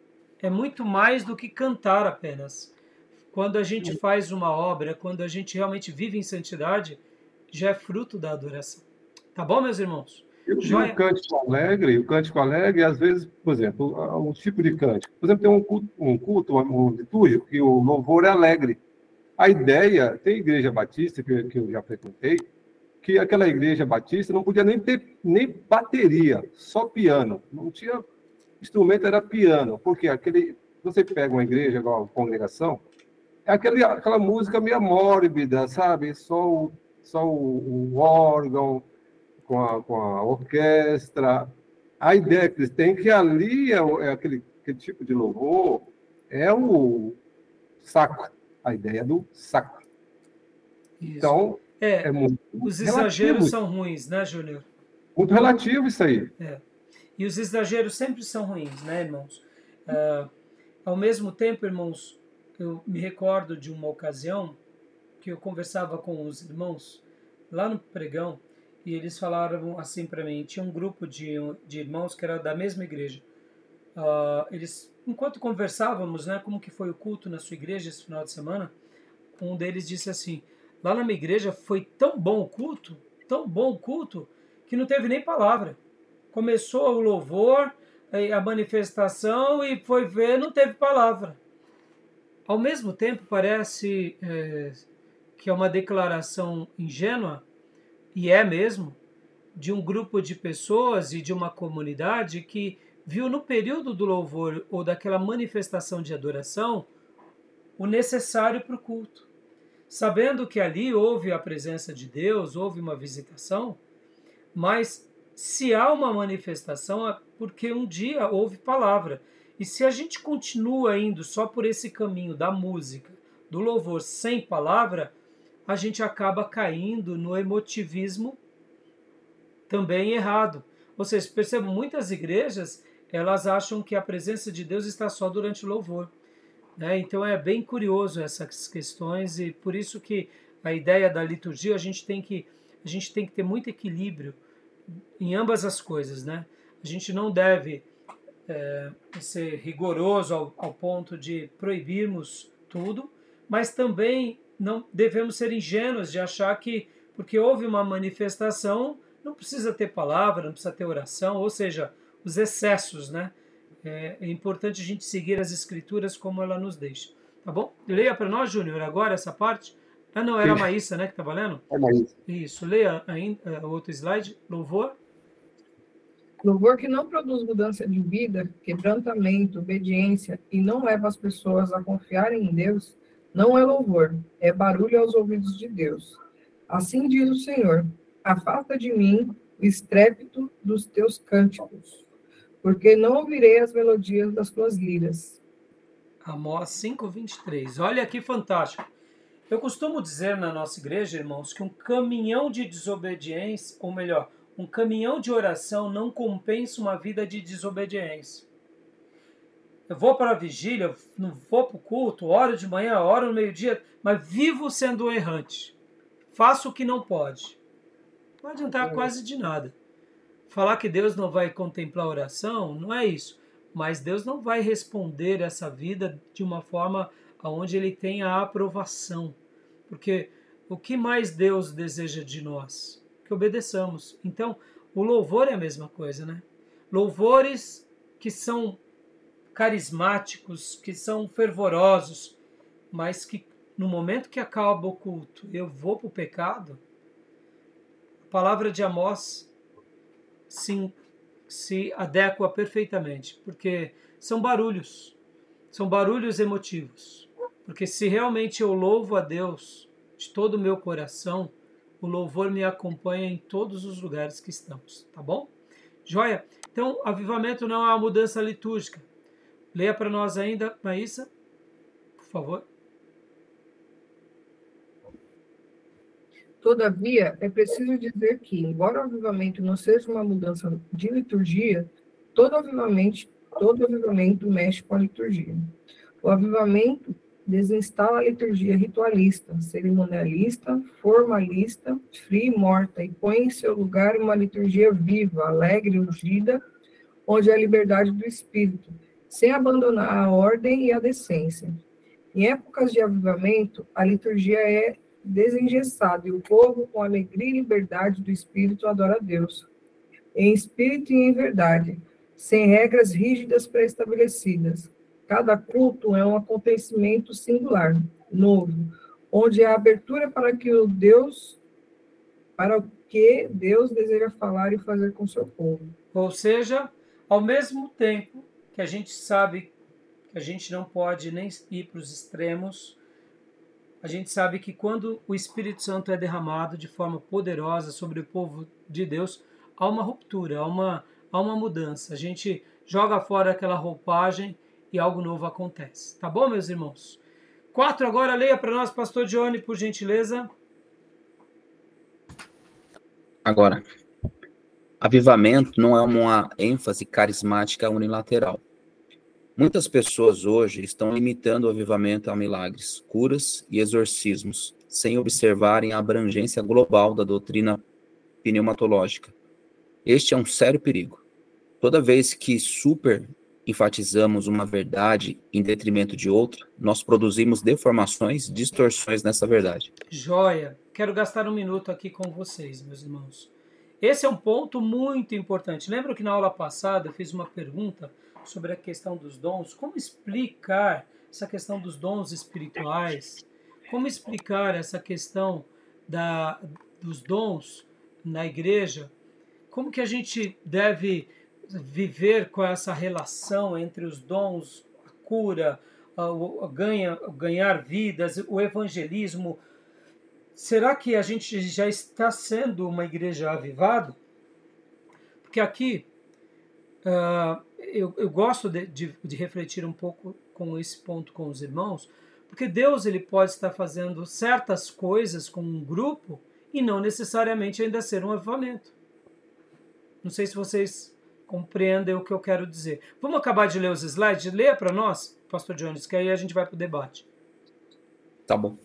É muito mais do que cantar apenas. Quando a gente faz uma obra, quando a gente realmente vive em santidade, já é fruto da adoração. Tá bom, meus irmãos? Eu vi o cântico alegre, o cântico alegre, às vezes, por exemplo, um tipo de cântico. Por exemplo, tem um culto, um culto, um litúrgico, que o louvor é alegre. A ideia, tem igreja batista, que, que eu já frequentei, que aquela igreja batista não podia nem ter nem bateria, só piano. Não tinha instrumento, era piano. Porque aquele, você pega uma igreja, igual uma congregação, é aquele, aquela música meio mórbida, sabe? Só o, só o, o órgão, com a, com a orquestra. A ideia que eles têm é que ali é, é aquele, aquele tipo de louvor, é o sacro. A ideia do sacro. Isso. Então, é, é muito os relativo. Exageros são ruins, né, Júnior? Muito relativo isso aí. É. E os exageros sempre são ruins, né, irmãos? Uh, ao mesmo tempo, irmãos, eu me recordo de uma ocasião que eu conversava com os irmãos lá no pregão, e eles falaram assim para mim, tinha um grupo de, de irmãos que era da mesma igreja. Uh, eles, enquanto conversávamos, né, como que foi o culto na sua igreja esse final de semana, um deles disse assim, lá na minha igreja foi tão bom o culto, tão bom o culto, que não teve nem palavra. Começou o louvor, a manifestação, e foi ver, não teve palavra. Ao mesmo tempo, parece é, que é uma declaração ingênua, e é mesmo, de um grupo de pessoas e de uma comunidade que viu no período do louvor ou daquela manifestação de adoração o necessário para o culto. Sabendo que ali houve a presença de Deus, houve uma visitação, mas se há uma manifestação é porque um dia houve palavra. E se a gente continua indo só por esse caminho da música, do louvor sem palavra, a gente acaba caindo no emotivismo também errado. Ou seja, percebam, muitas igrejas, elas acham que a presença de Deus está só durante o louvor. Né? Então é bem curioso essas questões, e por isso que a ideia da liturgia, a gente tem que, a gente tem que ter muito equilíbrio em ambas as coisas. Né? A gente não deve é, ser rigoroso ao, ao ponto de proibirmos tudo, mas também não devemos ser ingênuos de achar que, porque houve uma manifestação, não precisa ter palavra, não precisa ter oração, ou seja, os excessos, né? É, é importante a gente seguir as escrituras como ela nos deixa. Tá bom? Leia para nós, Júnior, agora essa parte Ah, não, era a Sim. Maísa, né, que estava lendo? É mais. Isso, leia ainda o outro slide, louvor. Louvor que não produz mudança de vida, quebrantamento, obediência e não leva as pessoas a confiarem em Deus, não é louvor, é barulho aos ouvidos de Deus. Assim diz o Senhor: afasta de mim o estrépito dos teus cânticos, porque não ouvirei as melodias das tuas liras. Amós cinco, vinte e três. Olha que fantástico. Eu costumo dizer na nossa igreja, irmãos, que um caminhão de desobediência, ou melhor, um caminhão de oração não compensa uma vida de desobediência. Eu vou para a vigília, não vou para o culto, oro de manhã, oro no meio-dia, mas vivo sendo errante. Faço o que não pode. Não vai adiantar quase de nada. Falar que Deus não vai contemplar a oração, não é isso. Mas Deus não vai responder essa vida de uma forma onde Ele tenha a aprovação. Porque o que mais Deus deseja de nós? Que obedeçamos. Então, o louvor é a mesma coisa, né? Louvores que são carismáticos, que são fervorosos, mas que no momento que acaba o culto eu vou para o pecado, a palavra de Amós se, se adequa perfeitamente, porque são barulhos, são barulhos emotivos. Porque se realmente eu louvo a Deus de todo o meu coração, o louvor me acompanha em todos os lugares que estamos, tá bom? Joia? Então, avivamento não é uma mudança litúrgica. Leia para nós ainda, Maísa, por favor. Todavia, é preciso dizer que, embora o avivamento não seja uma mudança de liturgia, todo avivamento, todo avivamento mexe com a liturgia. O avivamento desinstala a liturgia ritualista, cerimonialista, formalista, fria e morta, e põe em seu lugar uma liturgia viva, alegre e ungida, onde há liberdade do espírito, sem abandonar a ordem e a decência. Em épocas de avivamento, a liturgia é desengessada e o povo, com alegria e liberdade do espírito, adora a Deus, em espírito e em verdade, sem regras rígidas pré-estabelecidas. Cada culto é um acontecimento singular, novo, onde há abertura para que o Deus, para o que Deus deseja falar e fazer com seu povo. Ou seja, ao mesmo tempo que a gente sabe que a gente não pode nem ir para os extremos, a gente sabe que quando o Espírito Santo é derramado de forma poderosa sobre o povo de Deus, há uma ruptura, há uma, há uma mudança. A gente joga fora aquela roupagem e algo novo acontece. Tá bom, meus irmãos? Quatro agora, leia para nós, pastor Johnny, por gentileza. Agora, avivamento não é uma ênfase carismática unilateral. Muitas pessoas hoje estão limitando o avivamento a milagres, curas e exorcismos, sem observarem a abrangência global da doutrina pneumatológica. Este é um sério perigo. Toda vez que super enfatizamos uma verdade em detrimento de outra, nós produzimos deformações, distorções nessa verdade. Joia! Quero gastar um minuto aqui com vocês, meus irmãos. Esse é um ponto muito importante. Lembra que na aula passada eu fiz uma pergunta sobre a questão dos dons? Como explicar essa questão dos dons espirituais? Como explicar essa questão da, dos dons na igreja? Como que a gente deve viver com essa relação entre os dons, a cura, o, ganha, ganhar vidas, o evangelismo? Será que a gente já está sendo uma igreja avivada? Porque aqui uh, eu, eu gosto de, de, de refletir um pouco com esse ponto com os irmãos, porque Deus ele pode estar fazendo certas coisas com um grupo e não necessariamente ainda ser um avivamento. Não sei se vocês compreendem o que eu quero dizer. Vamos acabar de ler os slides? Leia para nós, pastor Jones, que aí a gente vai para o debate. Tá bom.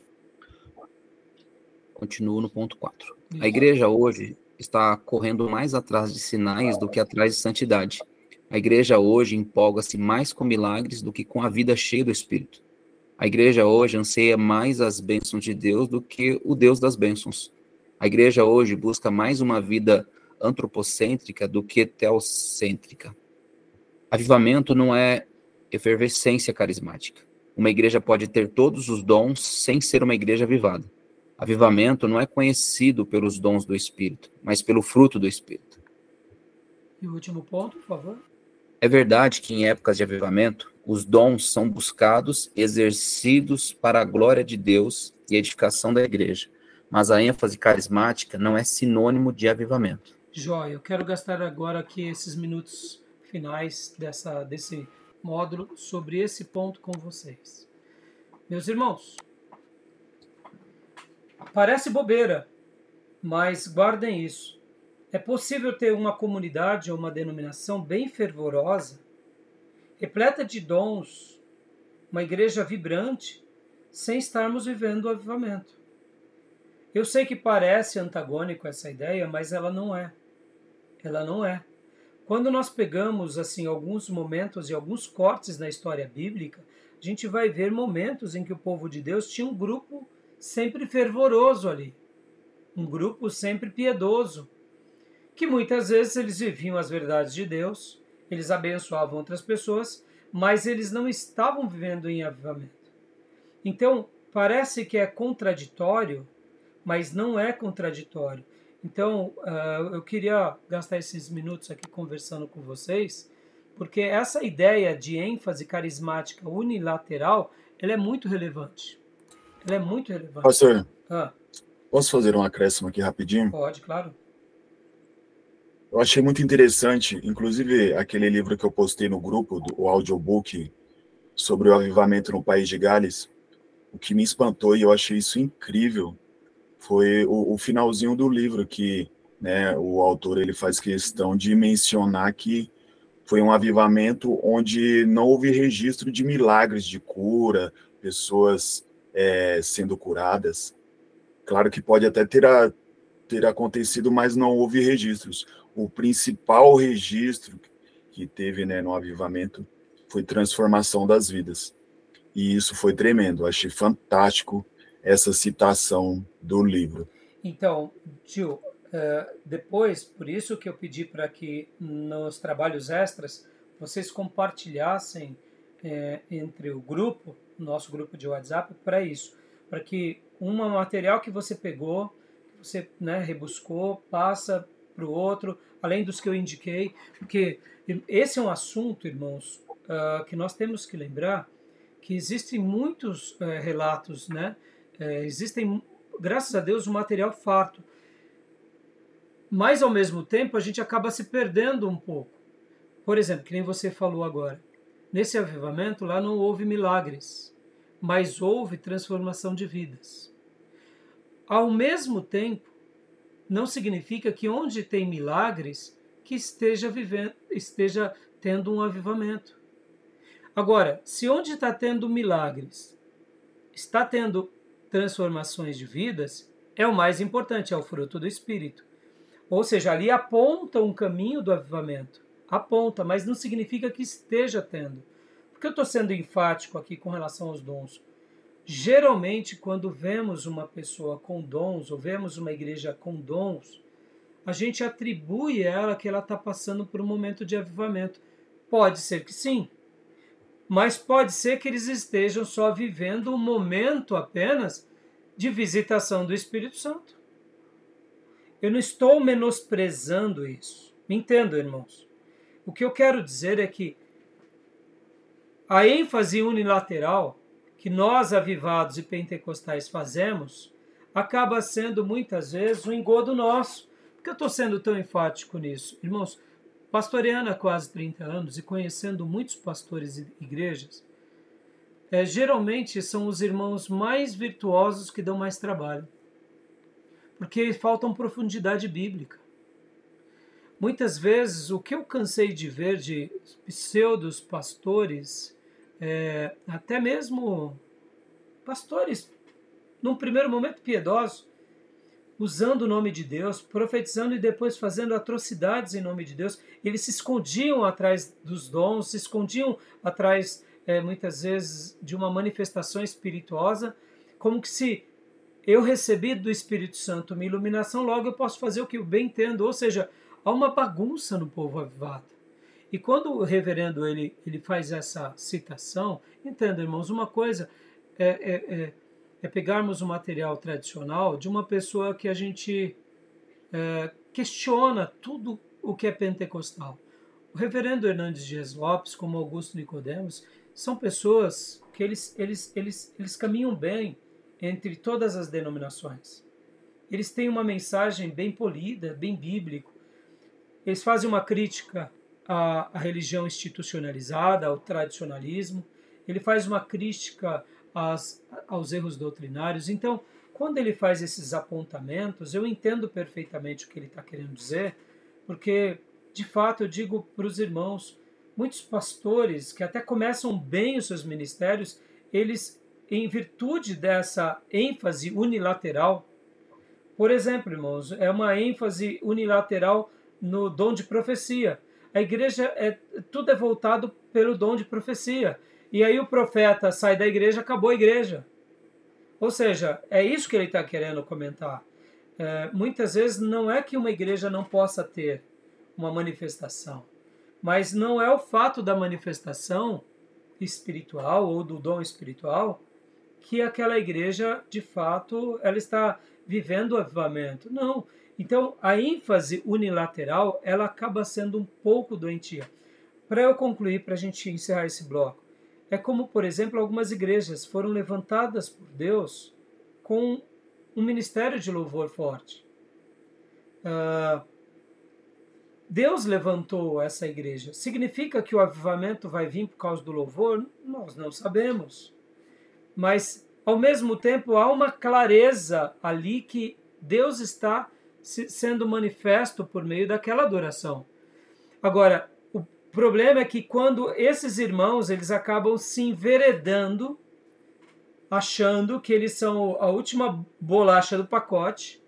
Continuo no ponto quatro. A igreja hoje está correndo mais atrás de sinais do que atrás de santidade. A igreja hoje empolga-se mais com milagres do que com a vida cheia do Espírito. A igreja hoje anseia mais as bênçãos de Deus do que o Deus das bênçãos. A igreja hoje busca mais uma vida antropocêntrica do que teocêntrica. Avivamento não é efervescência carismática. Uma igreja pode ter todos os dons sem ser uma igreja avivada. Avivamento não é conhecido pelos dons do Espírito, mas pelo fruto do Espírito. E o último ponto, por favor. É verdade que em épocas de avivamento, os dons são buscados, exercidos para a glória de Deus e edificação da igreja, mas a ênfase carismática não é sinônimo de avivamento. Jóia, eu quero gastar agora aqui esses minutos finais dessa, desse módulo sobre esse ponto com vocês. Meus irmãos, parece bobeira, mas guardem isso. É possível ter uma comunidade ou uma denominação bem fervorosa, repleta de dons, uma igreja vibrante, sem estarmos vivendo o avivamento. Eu sei que parece antagônico essa ideia, mas ela não é. Ela não é. Quando nós pegamos assim alguns momentos e alguns cortes na história bíblica, a gente vai ver momentos em que o povo de Deus tinha um grupo sempre fervoroso ali, um grupo sempre piedoso, que muitas vezes eles viviam as verdades de Deus, eles abençoavam outras pessoas, mas eles não estavam vivendo em avivamento. Então, parece que é contraditório, mas não é contraditório. Então, uh, eu queria gastar esses minutos aqui conversando com vocês, porque essa ideia de ênfase carismática unilateral, ela é muito relevante. Ela é muito relevante. Pastor, ah. posso fazer um acréscimo aqui rapidinho? Pode, claro. Eu achei muito interessante, inclusive aquele livro que eu postei no grupo, do, o audiobook sobre o avivamento no País de Gales, o que me espantou e eu achei isso incrível foi o, o finalzinho do livro, que né, o autor ele faz questão de mencionar que foi um avivamento onde não houve registro de milagres de cura, pessoas é, sendo curadas. Claro que pode até ter, a, ter acontecido, mas não houve registros. O principal registro que teve né, no avivamento foi transformação das vidas. E isso foi tremendo. Achei fantástico essa citação do livro. Então, tio, uh, depois, por isso que eu pedi para que nos trabalhos extras vocês compartilhassem eh, entre o grupo, nosso grupo de WhatsApp, para isso. Para que um material que você pegou, que você né, rebuscou, passa para o outro, além dos que eu indiquei, porque esse é um assunto, irmãos, uh, que nós temos que lembrar que existem muitos uh, relatos, né? Uh, existem, graças a Deus, um material farto. Mas, ao mesmo tempo, a gente acaba se perdendo um pouco. Por exemplo, que nem você falou agora, nesse avivamento lá não houve milagres, mas houve transformação de vidas. Ao mesmo tempo, não significa que onde tem milagres, que esteja vivendo, esteja tendo um avivamento. Agora, se onde está tendo milagres, está tendo transformações de vidas, é o mais importante, é o fruto do Espírito. Ou seja, ali aponta um caminho do avivamento. Aponta, mas não significa que esteja tendo. Por que eu estou sendo enfático aqui com relação aos dons? Geralmente, quando vemos uma pessoa com dons, ou vemos uma igreja com dons, a gente atribui a ela que ela está passando por um momento de avivamento. Pode ser que sim, mas pode ser que eles estejam só vivendo um momento apenas de visitação do Espírito Santo. Eu não estou menosprezando isso. Me entendam, irmãos. O que eu quero dizer é que a ênfase unilateral que nós, avivados e pentecostais, fazemos, acaba sendo muitas vezes um engodo nosso. Por que eu estou sendo tão enfático nisso? Irmãos, pastoreando há quase trinta anos e conhecendo muitos pastores e igrejas, é, geralmente são os irmãos mais virtuosos que dão mais trabalho, porque faltam profundidade bíblica. Muitas vezes, o que eu cansei de ver de pseudos pastores, é, até mesmo pastores, num primeiro momento piedosos, usando o nome de Deus, profetizando e depois fazendo atrocidades em nome de Deus, eles se escondiam atrás dos dons, se escondiam atrás, é, muitas vezes, de uma manifestação espirituosa, como que se eu recebi do Espírito Santo uma iluminação, logo eu posso fazer o que eu bem entendo, ou seja, há uma bagunça no povo avivado. E quando o reverendo ele, ele faz essa citação, entenda, irmãos, uma coisa, é, é, é, é pegarmos o material tradicional de uma pessoa que a gente é, questiona tudo o que é pentecostal. O reverendo Hernandes Dias Lopes, como Augusto Nicodemos, são pessoas que eles, eles, eles, eles caminham bem entre todas as denominações. Eles têm uma mensagem bem polida, bem bíblica. Eles fazem uma crítica à, à religião institucionalizada, ao tradicionalismo. Ele faz uma crítica às, aos erros doutrinários. Então, quando ele faz esses apontamentos, eu entendo perfeitamente o que ele está querendo dizer, porque, de fato, eu digo para os irmãos, muitos pastores que até começam bem os seus ministérios, eles, em virtude dessa ênfase unilateral, por exemplo, irmãos, é uma ênfase unilateral no dom de profecia. A igreja, é, tudo é voltado pelo dom de profecia. E aí o profeta sai da igreja, acabou a igreja. Ou seja, é isso que ele está querendo comentar. É, muitas vezes não é que uma igreja não possa ter uma manifestação, mas não é o fato da manifestação espiritual ou do dom espiritual que aquela igreja, de fato, ela está vivendo o avivamento. Não. Então, a ênfase unilateral, ela acaba sendo um pouco doentia. Para eu concluir, para a gente encerrar esse bloco, é como, por exemplo, algumas igrejas foram levantadas por Deus com um ministério de louvor forte. Uh, Deus levantou essa igreja. Significa que o avivamento vai vir por causa do louvor? Nós não sabemos. Mas, ao mesmo tempo, há uma clareza ali que Deus está sendo manifesto por meio daquela adoração. Agora, o problema é que quando esses irmãos eles acabam se enveredando, achando que eles são a última bolacha do pacote,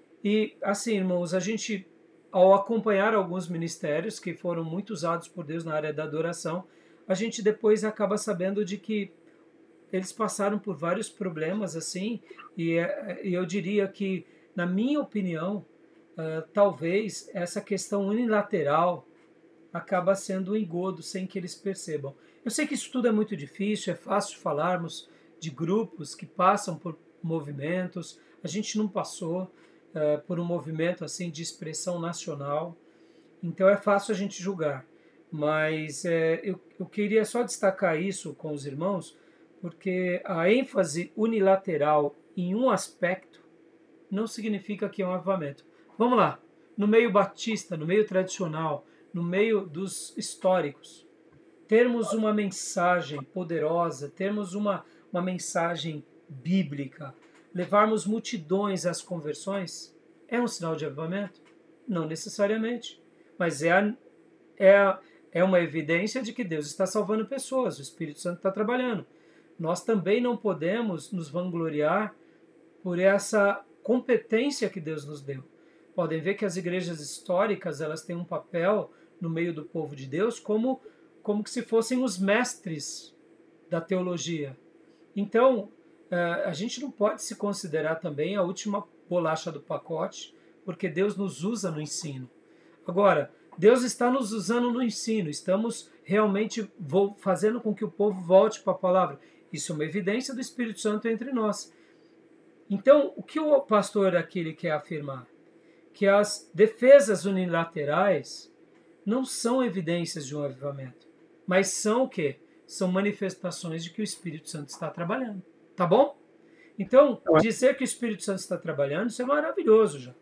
e assim, irmãos, a gente, ao acompanhar alguns ministérios que foram muito usados por Deus na área da adoração, a gente depois acaba sabendo de que eles passaram por vários problemas, assim, e, e eu diria que, na minha opinião, uh, talvez essa questão unilateral acaba sendo um engodo sem que eles percebam. Eu sei que isso tudo é muito difícil, é fácil falarmos de grupos que passam por movimentos, a gente não passou uh, por um movimento assim de expressão nacional, então é fácil a gente julgar, mas é, eu, eu queria só destacar isso com os irmãos, porque a ênfase unilateral em um aspecto não significa que é um avivamento. Vamos lá, no meio batista, no meio tradicional, no meio dos históricos, termos uma mensagem poderosa, termos uma, uma mensagem bíblica, levarmos multidões às conversões, é um sinal de avivamento? Não necessariamente, mas é, a, é, a, é uma evidência de que Deus está salvando pessoas, o Espírito Santo está trabalhando. Nós também não podemos nos vangloriar por essa competência que Deus nos deu. Podem ver que as igrejas históricas elas têm um papel no meio do povo de Deus como, como que se fossem os mestres da teologia. Então, a gente não pode se considerar também a última bolacha do pacote, porque Deus nos usa no ensino. Agora, Deus está nos usando no ensino, estamos realmente fazendo com que o povo volte para a palavra. Isso é uma evidência do Espírito Santo entre nós. Então, o que o pastor aqui ele quer afirmar? Que as defesas unilaterais não são evidências de um avivamento, mas são o quê? São manifestações de que o Espírito Santo está trabalhando. Tá bom? Então, dizer que o Espírito Santo está trabalhando, isso é maravilhoso já.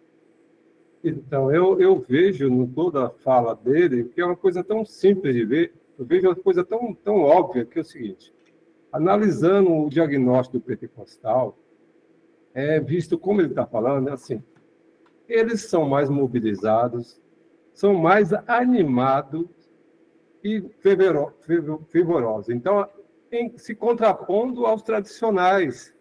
Então, eu, eu vejo em toda a fala dele que é uma coisa tão simples de ver, eu vejo uma coisa tão, tão óbvia, que é o seguinte: analisando o diagnóstico do pentecostal, é visto como ele está falando, é assim, eles são mais mobilizados, são mais animados e fervorosos. Então, em, se contrapondo aos tradicionais.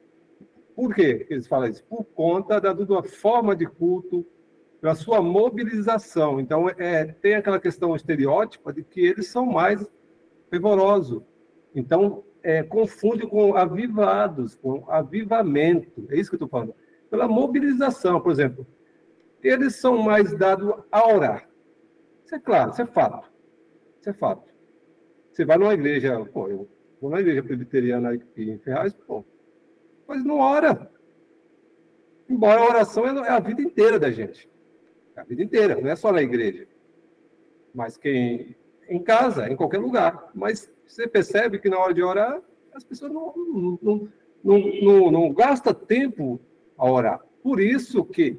Por quê eles falam isso? Por conta da, da forma de culto, da sua mobilização. Então, é, tem aquela questão estereótipa de que eles são mais fervorosos. Então, é, confunde com avivados, com avivamento. É isso que eu estou falando. Pela mobilização, por exemplo. Eles são mais dados a orar. Isso é claro, isso é fato. Isso é fato. Você vai numa igreja, pô, eu vou numa igreja presbiteriana aqui em Ferraz, pô, mas não ora. Embora a oração é a vida inteira da gente. É a vida inteira, não é só na igreja. Mas quem em casa, em qualquer lugar. Mas você percebe que na hora de orar, as pessoas não, não, não, não, não, não gastam tempo a orar. Por isso que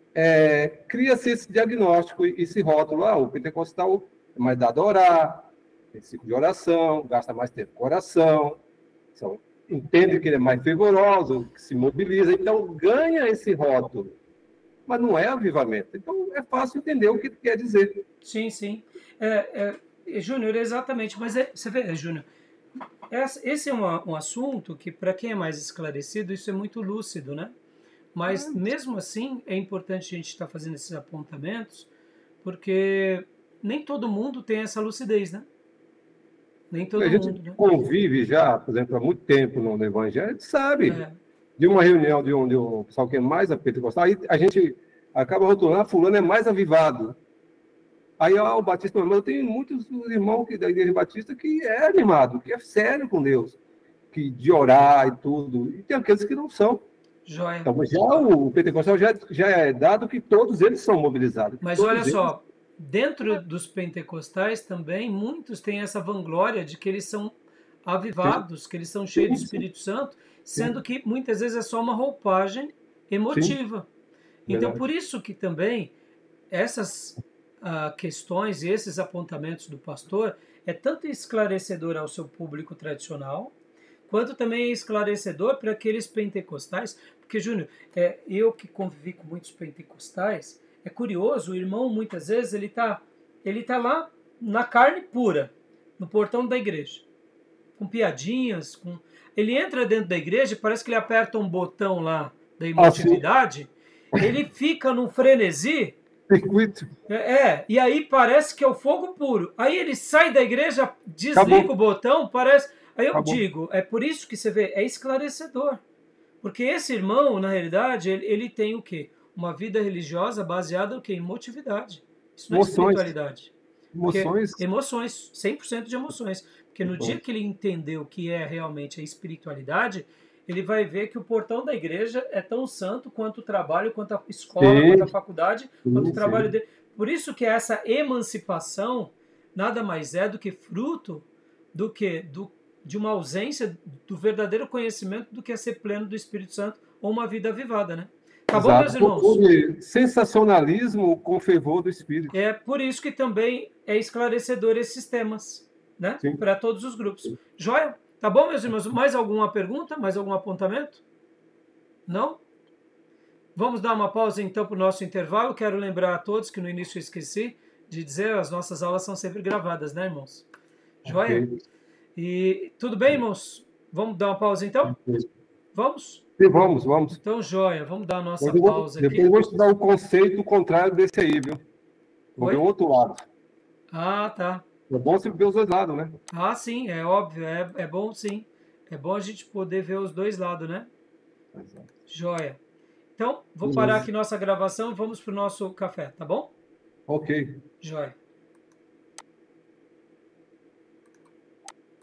é, cria-se esse diagnóstico, esse rótulo. Ah, o pentecostal é mais dado a orar, tem ciclo de oração, gasta mais tempo com oração, são, entende que ele é mais fervoroso, que se mobiliza, então ganha esse rótulo. Mas não é avivamento. Então é fácil entender o que quer dizer. Sim, sim. É, é, Júnior, exatamente. Mas é, você vê, Júnior, esse é uma, um assunto que, para quem é mais esclarecido, isso é muito lúcido, né? Mas, mesmo assim, é importante a gente estar fazendo esses apontamentos, porque nem todo mundo tem essa lucidez, né? Nem todo a gente mundo, né? convive já, por exemplo, há muito tempo no Evangelho, a gente sabe. É. De uma reunião de um, de um pessoal que é mais pentecostal, aí a gente acaba rotulando, fulano é mais avivado. Aí, ó, o Batista, mas eu tenho muitos irmãos que, da Igreja Batista que é animado, que é sério com Deus, que de orar e tudo, e tem aqueles que não são. Joia. Então, já o pentecostal já, já é dado que todos eles são mobilizados. Mas todos olha eles... só, dentro dos pentecostais também, muitos têm essa vanglória de que eles são avivados, sim, que eles são cheios sim, do Espírito Santo, sendo sim, que muitas vezes é só uma roupagem emotiva. Sim. Então, verdade, por isso que também essas uh, questões e esses apontamentos do pastor é tanto esclarecedor ao seu público tradicional, quanto também é esclarecedor para aqueles pentecostais, porque, Júnior, é, eu que convivi com muitos pentecostais, é curioso, o irmão muitas vezes ele está ele tá lá na carne pura, no portão da igreja, com piadinhas, com... ele entra dentro da igreja, parece que ele aperta um botão lá da emotividade, ah, ele fica num frenesi, circuito. É, é, e aí parece que é o fogo puro. Aí ele sai da igreja, desliga Acabou. o botão, parece... Aí eu Acabou. digo, é por isso que você vê, é esclarecedor. Porque esse irmão, na realidade, ele, ele tem o quê? Uma vida religiosa baseada o quê? Em emotividade. Isso não é espiritualidade. Emoções. Porque, emoções, cem por cento de emoções. Porque no dia que ele entendeu o que é realmente a espiritualidade, ele vai ver que o portão da igreja é tão santo quanto o trabalho, quanto a escola, sim, quanto a faculdade, sim, quanto o trabalho sim. dele. Por isso que essa emancipação nada mais é do que fruto do que do, de uma ausência do verdadeiro conhecimento do que é ser pleno do Espírito Santo ou uma vida avivada, né? Tá bom, meus irmãos? Sensacionalismo com fervor do Espírito. É por isso que também é esclarecedor esses temas, né? Para todos os grupos. Sim. Joia? Tá bom, meus irmãos? Mais alguma pergunta? Mais algum apontamento? Não? Vamos dar uma pausa, então, para o nosso intervalo. Quero lembrar a todos que no início eu esqueci de dizer, as nossas aulas são sempre gravadas, né, irmãos? Joia? Okay. E tudo bem, irmãos? Vamos dar uma pausa, então? Vamos? Sim, vamos, vamos. Então, joia. Vamos dar a nossa vou, pausa depois aqui. Depois eu vou estudar o conceito contrário desse aí, viu? Vou ver o outro lado. Ah, tá. É bom você ver os dois lados, né? Ah, sim, é óbvio. É, é bom, sim. É bom a gente poder ver os dois lados, né? Exato. Joia. Então, vou parar aqui nossa gravação e vamos para o nosso café, tá bom? Ok. Joia.